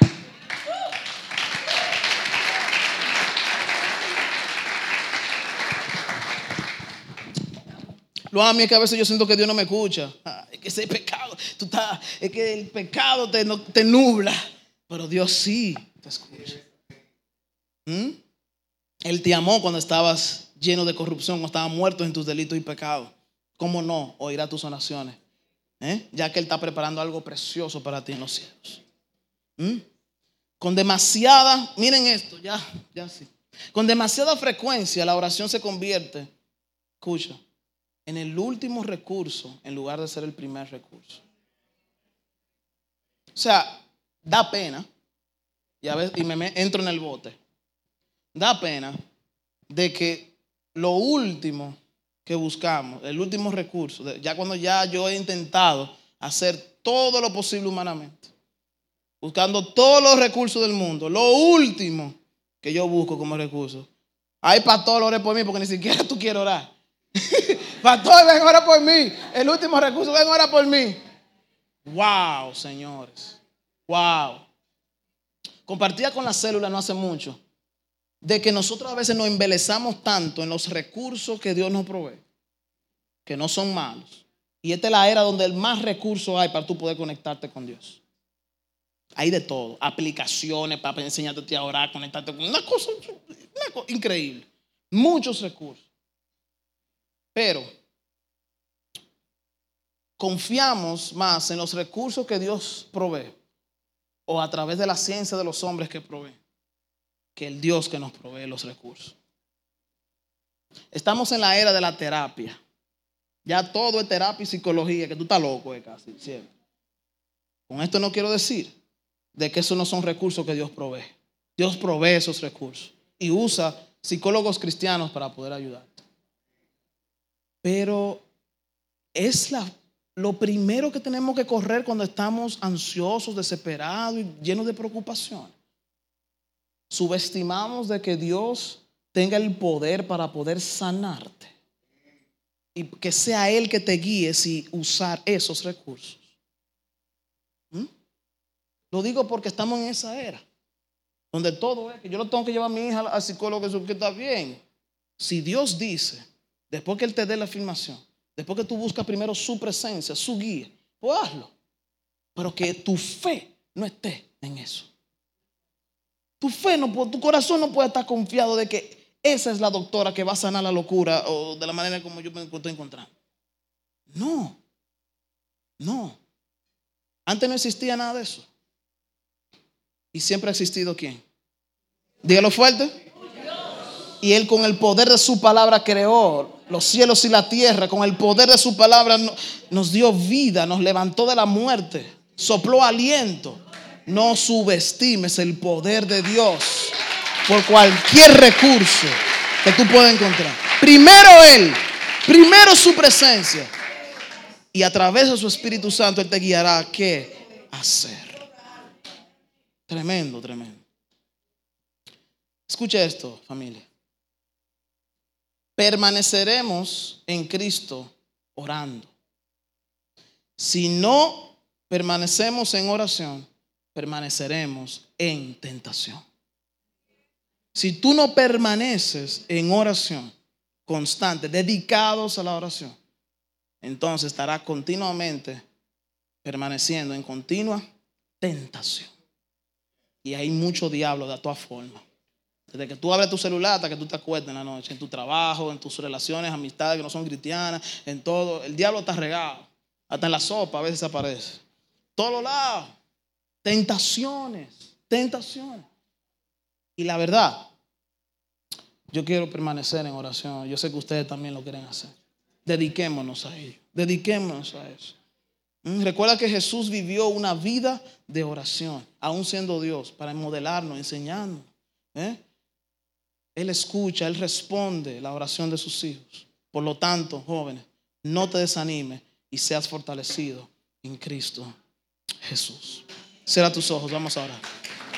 Lo a mí es que a veces yo siento que Dios no me escucha. Es que ese pecado, es que el pecado te nubla. Pero Dios sí te escucha. Él te amó cuando estabas lleno de corrupción, cuando estabas muerto en tus delitos y pecados. ¿Cómo no oirá tus oraciones? Ya que Él está preparando algo precioso para ti en los cielos. Con demasiada, miren esto, ya sí. Con demasiada frecuencia la oración se convierte, escucha, en el último recurso en lugar de ser el primer recurso. O sea, da pena, y a veces me entro en el bote. Da pena de que lo último que buscamos, el último recurso, ya cuando ya yo he intentado hacer todo lo posible humanamente, buscando todos los recursos del mundo, lo último que yo busco como recurso, ay pastor, ore por mí porque ni siquiera tú quieres orar. Pastor, ven, ora por mí. El último recurso, ven, ora por mí. Wow, señores. Wow. Compartía con la célula no hace mucho de que nosotros a veces nos embelezamos tanto en los recursos que Dios nos provee, que no son malos. Y esta es la era donde más recursos hay para tú poder conectarte con Dios. Hay de todo, aplicaciones para enseñarte a orar, conectarte con una cosa increíble. Muchos recursos. Pero confiamos más en los recursos que Dios provee o a través de la ciencia de los hombres que provee que el Dios que nos provee los recursos. Estamos en la era de la terapia. Ya todo es terapia y psicología, que tú estás loco casi siempre. Con esto no quiero decir de que esos no son recursos que Dios provee. Dios provee esos recursos y usa psicólogos cristianos para poder ayudarte. Pero es lo primero que tenemos que correr cuando estamos ansiosos, desesperados y llenos de preocupación. Subestimamos de que Dios tenga el poder para poder sanarte y que sea Él que te guíe si usar esos recursos. Lo digo porque estamos en esa era donde todo es que yo lo tengo que llevar a mi hija al psicólogo, que está bien. Si Dios dice, después que Él te dé la afirmación, después que tú buscas primero su presencia, su guía, pues hazlo. Pero que tu fe no esté en eso. Tu fe tu corazón no puede estar confiado de que esa es la doctora que va a sanar la locura o de la manera como yo me estoy encontrando. No. Antes no existía nada de eso. Y siempre ha existido ¿quién? Dígalo fuerte. Y Él con el poder de su palabra creó los cielos y la tierra. Con el poder de su palabra nos dio vida, nos levantó de la muerte, sopló aliento. No subestimes el poder de Dios por cualquier recurso que tú puedas encontrar. Primero Él, primero su presencia. Y a través de su Espíritu Santo Él te guiará a qué hacer. Tremendo. Escucha esto, familia. Permaneceremos en Cristo orando. Si no permanecemos en oración, permaneceremos en tentación. Si tú no permaneces en oración constante, dedicados a la oración, entonces estarás continuamente permaneciendo en continua tentación. Y hay mucho diablo de todas formas. Desde que tú abres tu celular hasta que tú te acuestas en la noche, en tu trabajo, en tus relaciones, amistades que no son cristianas, en todo. El diablo está regado. Hasta en la sopa a veces aparece. Todos los lados. Tentaciones. Y la verdad, yo quiero permanecer en oración. Yo sé que ustedes también lo quieren hacer. Dediquémonos a ello. Dediquémonos a eso. Recuerda que Jesús vivió una vida de oración, aún siendo Dios, para modelarnos, enseñarnos. Él escucha, Él responde la oración de sus hijos. Por lo tanto, jóvenes, no te desanimes y seas fortalecido en Cristo Jesús. Cierra tus ojos, vamos a orar.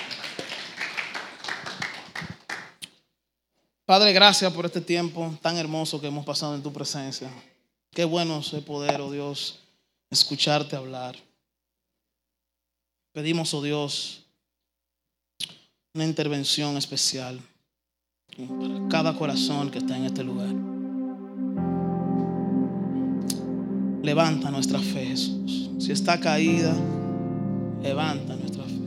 Padre, gracias por este tiempo tan hermoso que hemos pasado en tu presencia. Qué bueno es poder, oh Dios, escucharte hablar. Pedimos, oh Dios, una intervención especial para cada corazón que está en este lugar. Levanta nuestra fe, Jesús. Si está caída, levanta nuestra fe.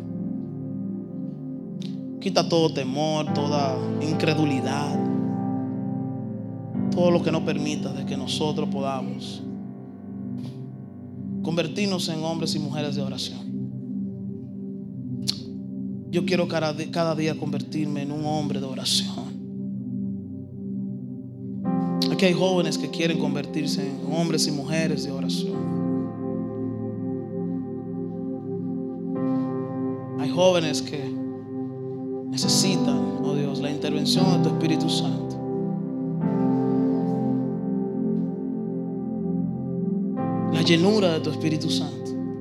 Quita todo temor, toda incredulidad, todo lo que no permita de que nosotros podamos convertirnos en hombres y mujeres de oración. Yo quiero cada día convertirme en un hombre de oración. Aquí hay jóvenes que quieren convertirse en hombres y mujeres de oración. Hay jóvenes que necesitan, oh Dios, la intervención de tu Espíritu Santo. llenura de tu Espíritu Santo.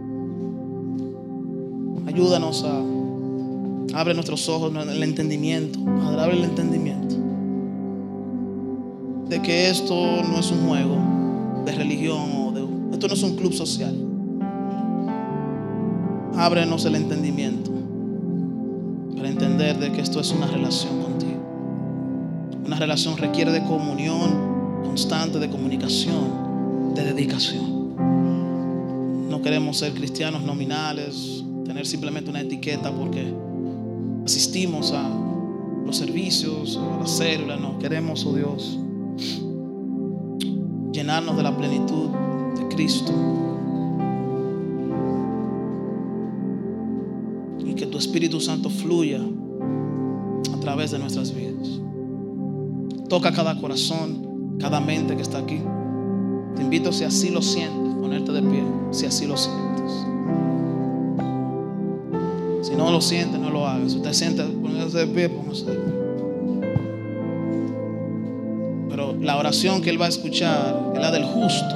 Ayúdanos abre nuestros ojos, el entendimiento, Padre, abre el entendimiento de que esto no es un juego de religión esto no es un club social. Ábrenos el entendimiento para entender de que esto es una relación contigo. Una relación requiere de comunión constante, de comunicación, de dedicación. No queremos ser cristianos nominales, tener simplemente una etiqueta porque asistimos a los servicios o a la célula. No, queremos, oh Dios, llenarnos de la plenitud de Cristo y que tu Espíritu Santo fluya a través de nuestras vidas. Toca cada corazón, cada mente que está aquí. Te invito, si así lo sientes, ponerte de pie, si así lo sientes. Si no lo sientes, no lo hagas. Si usted siente ponerse de pie, póngase de pie. Pero la oración que Él va a escuchar es la del justo.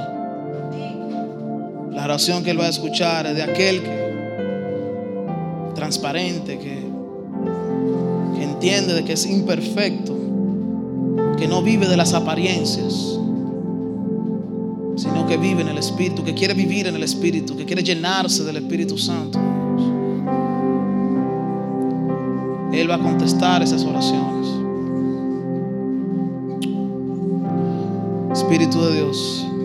La oración que Él va a escuchar es de aquel que transparente, que entiende de que es imperfecto, que no vive de las apariencias, sino que vive en el Espíritu, que quiere vivir en el Espíritu, que quiere llenarse del Espíritu Santo. Él va a contestar esas oraciones. Espíritu de Dios,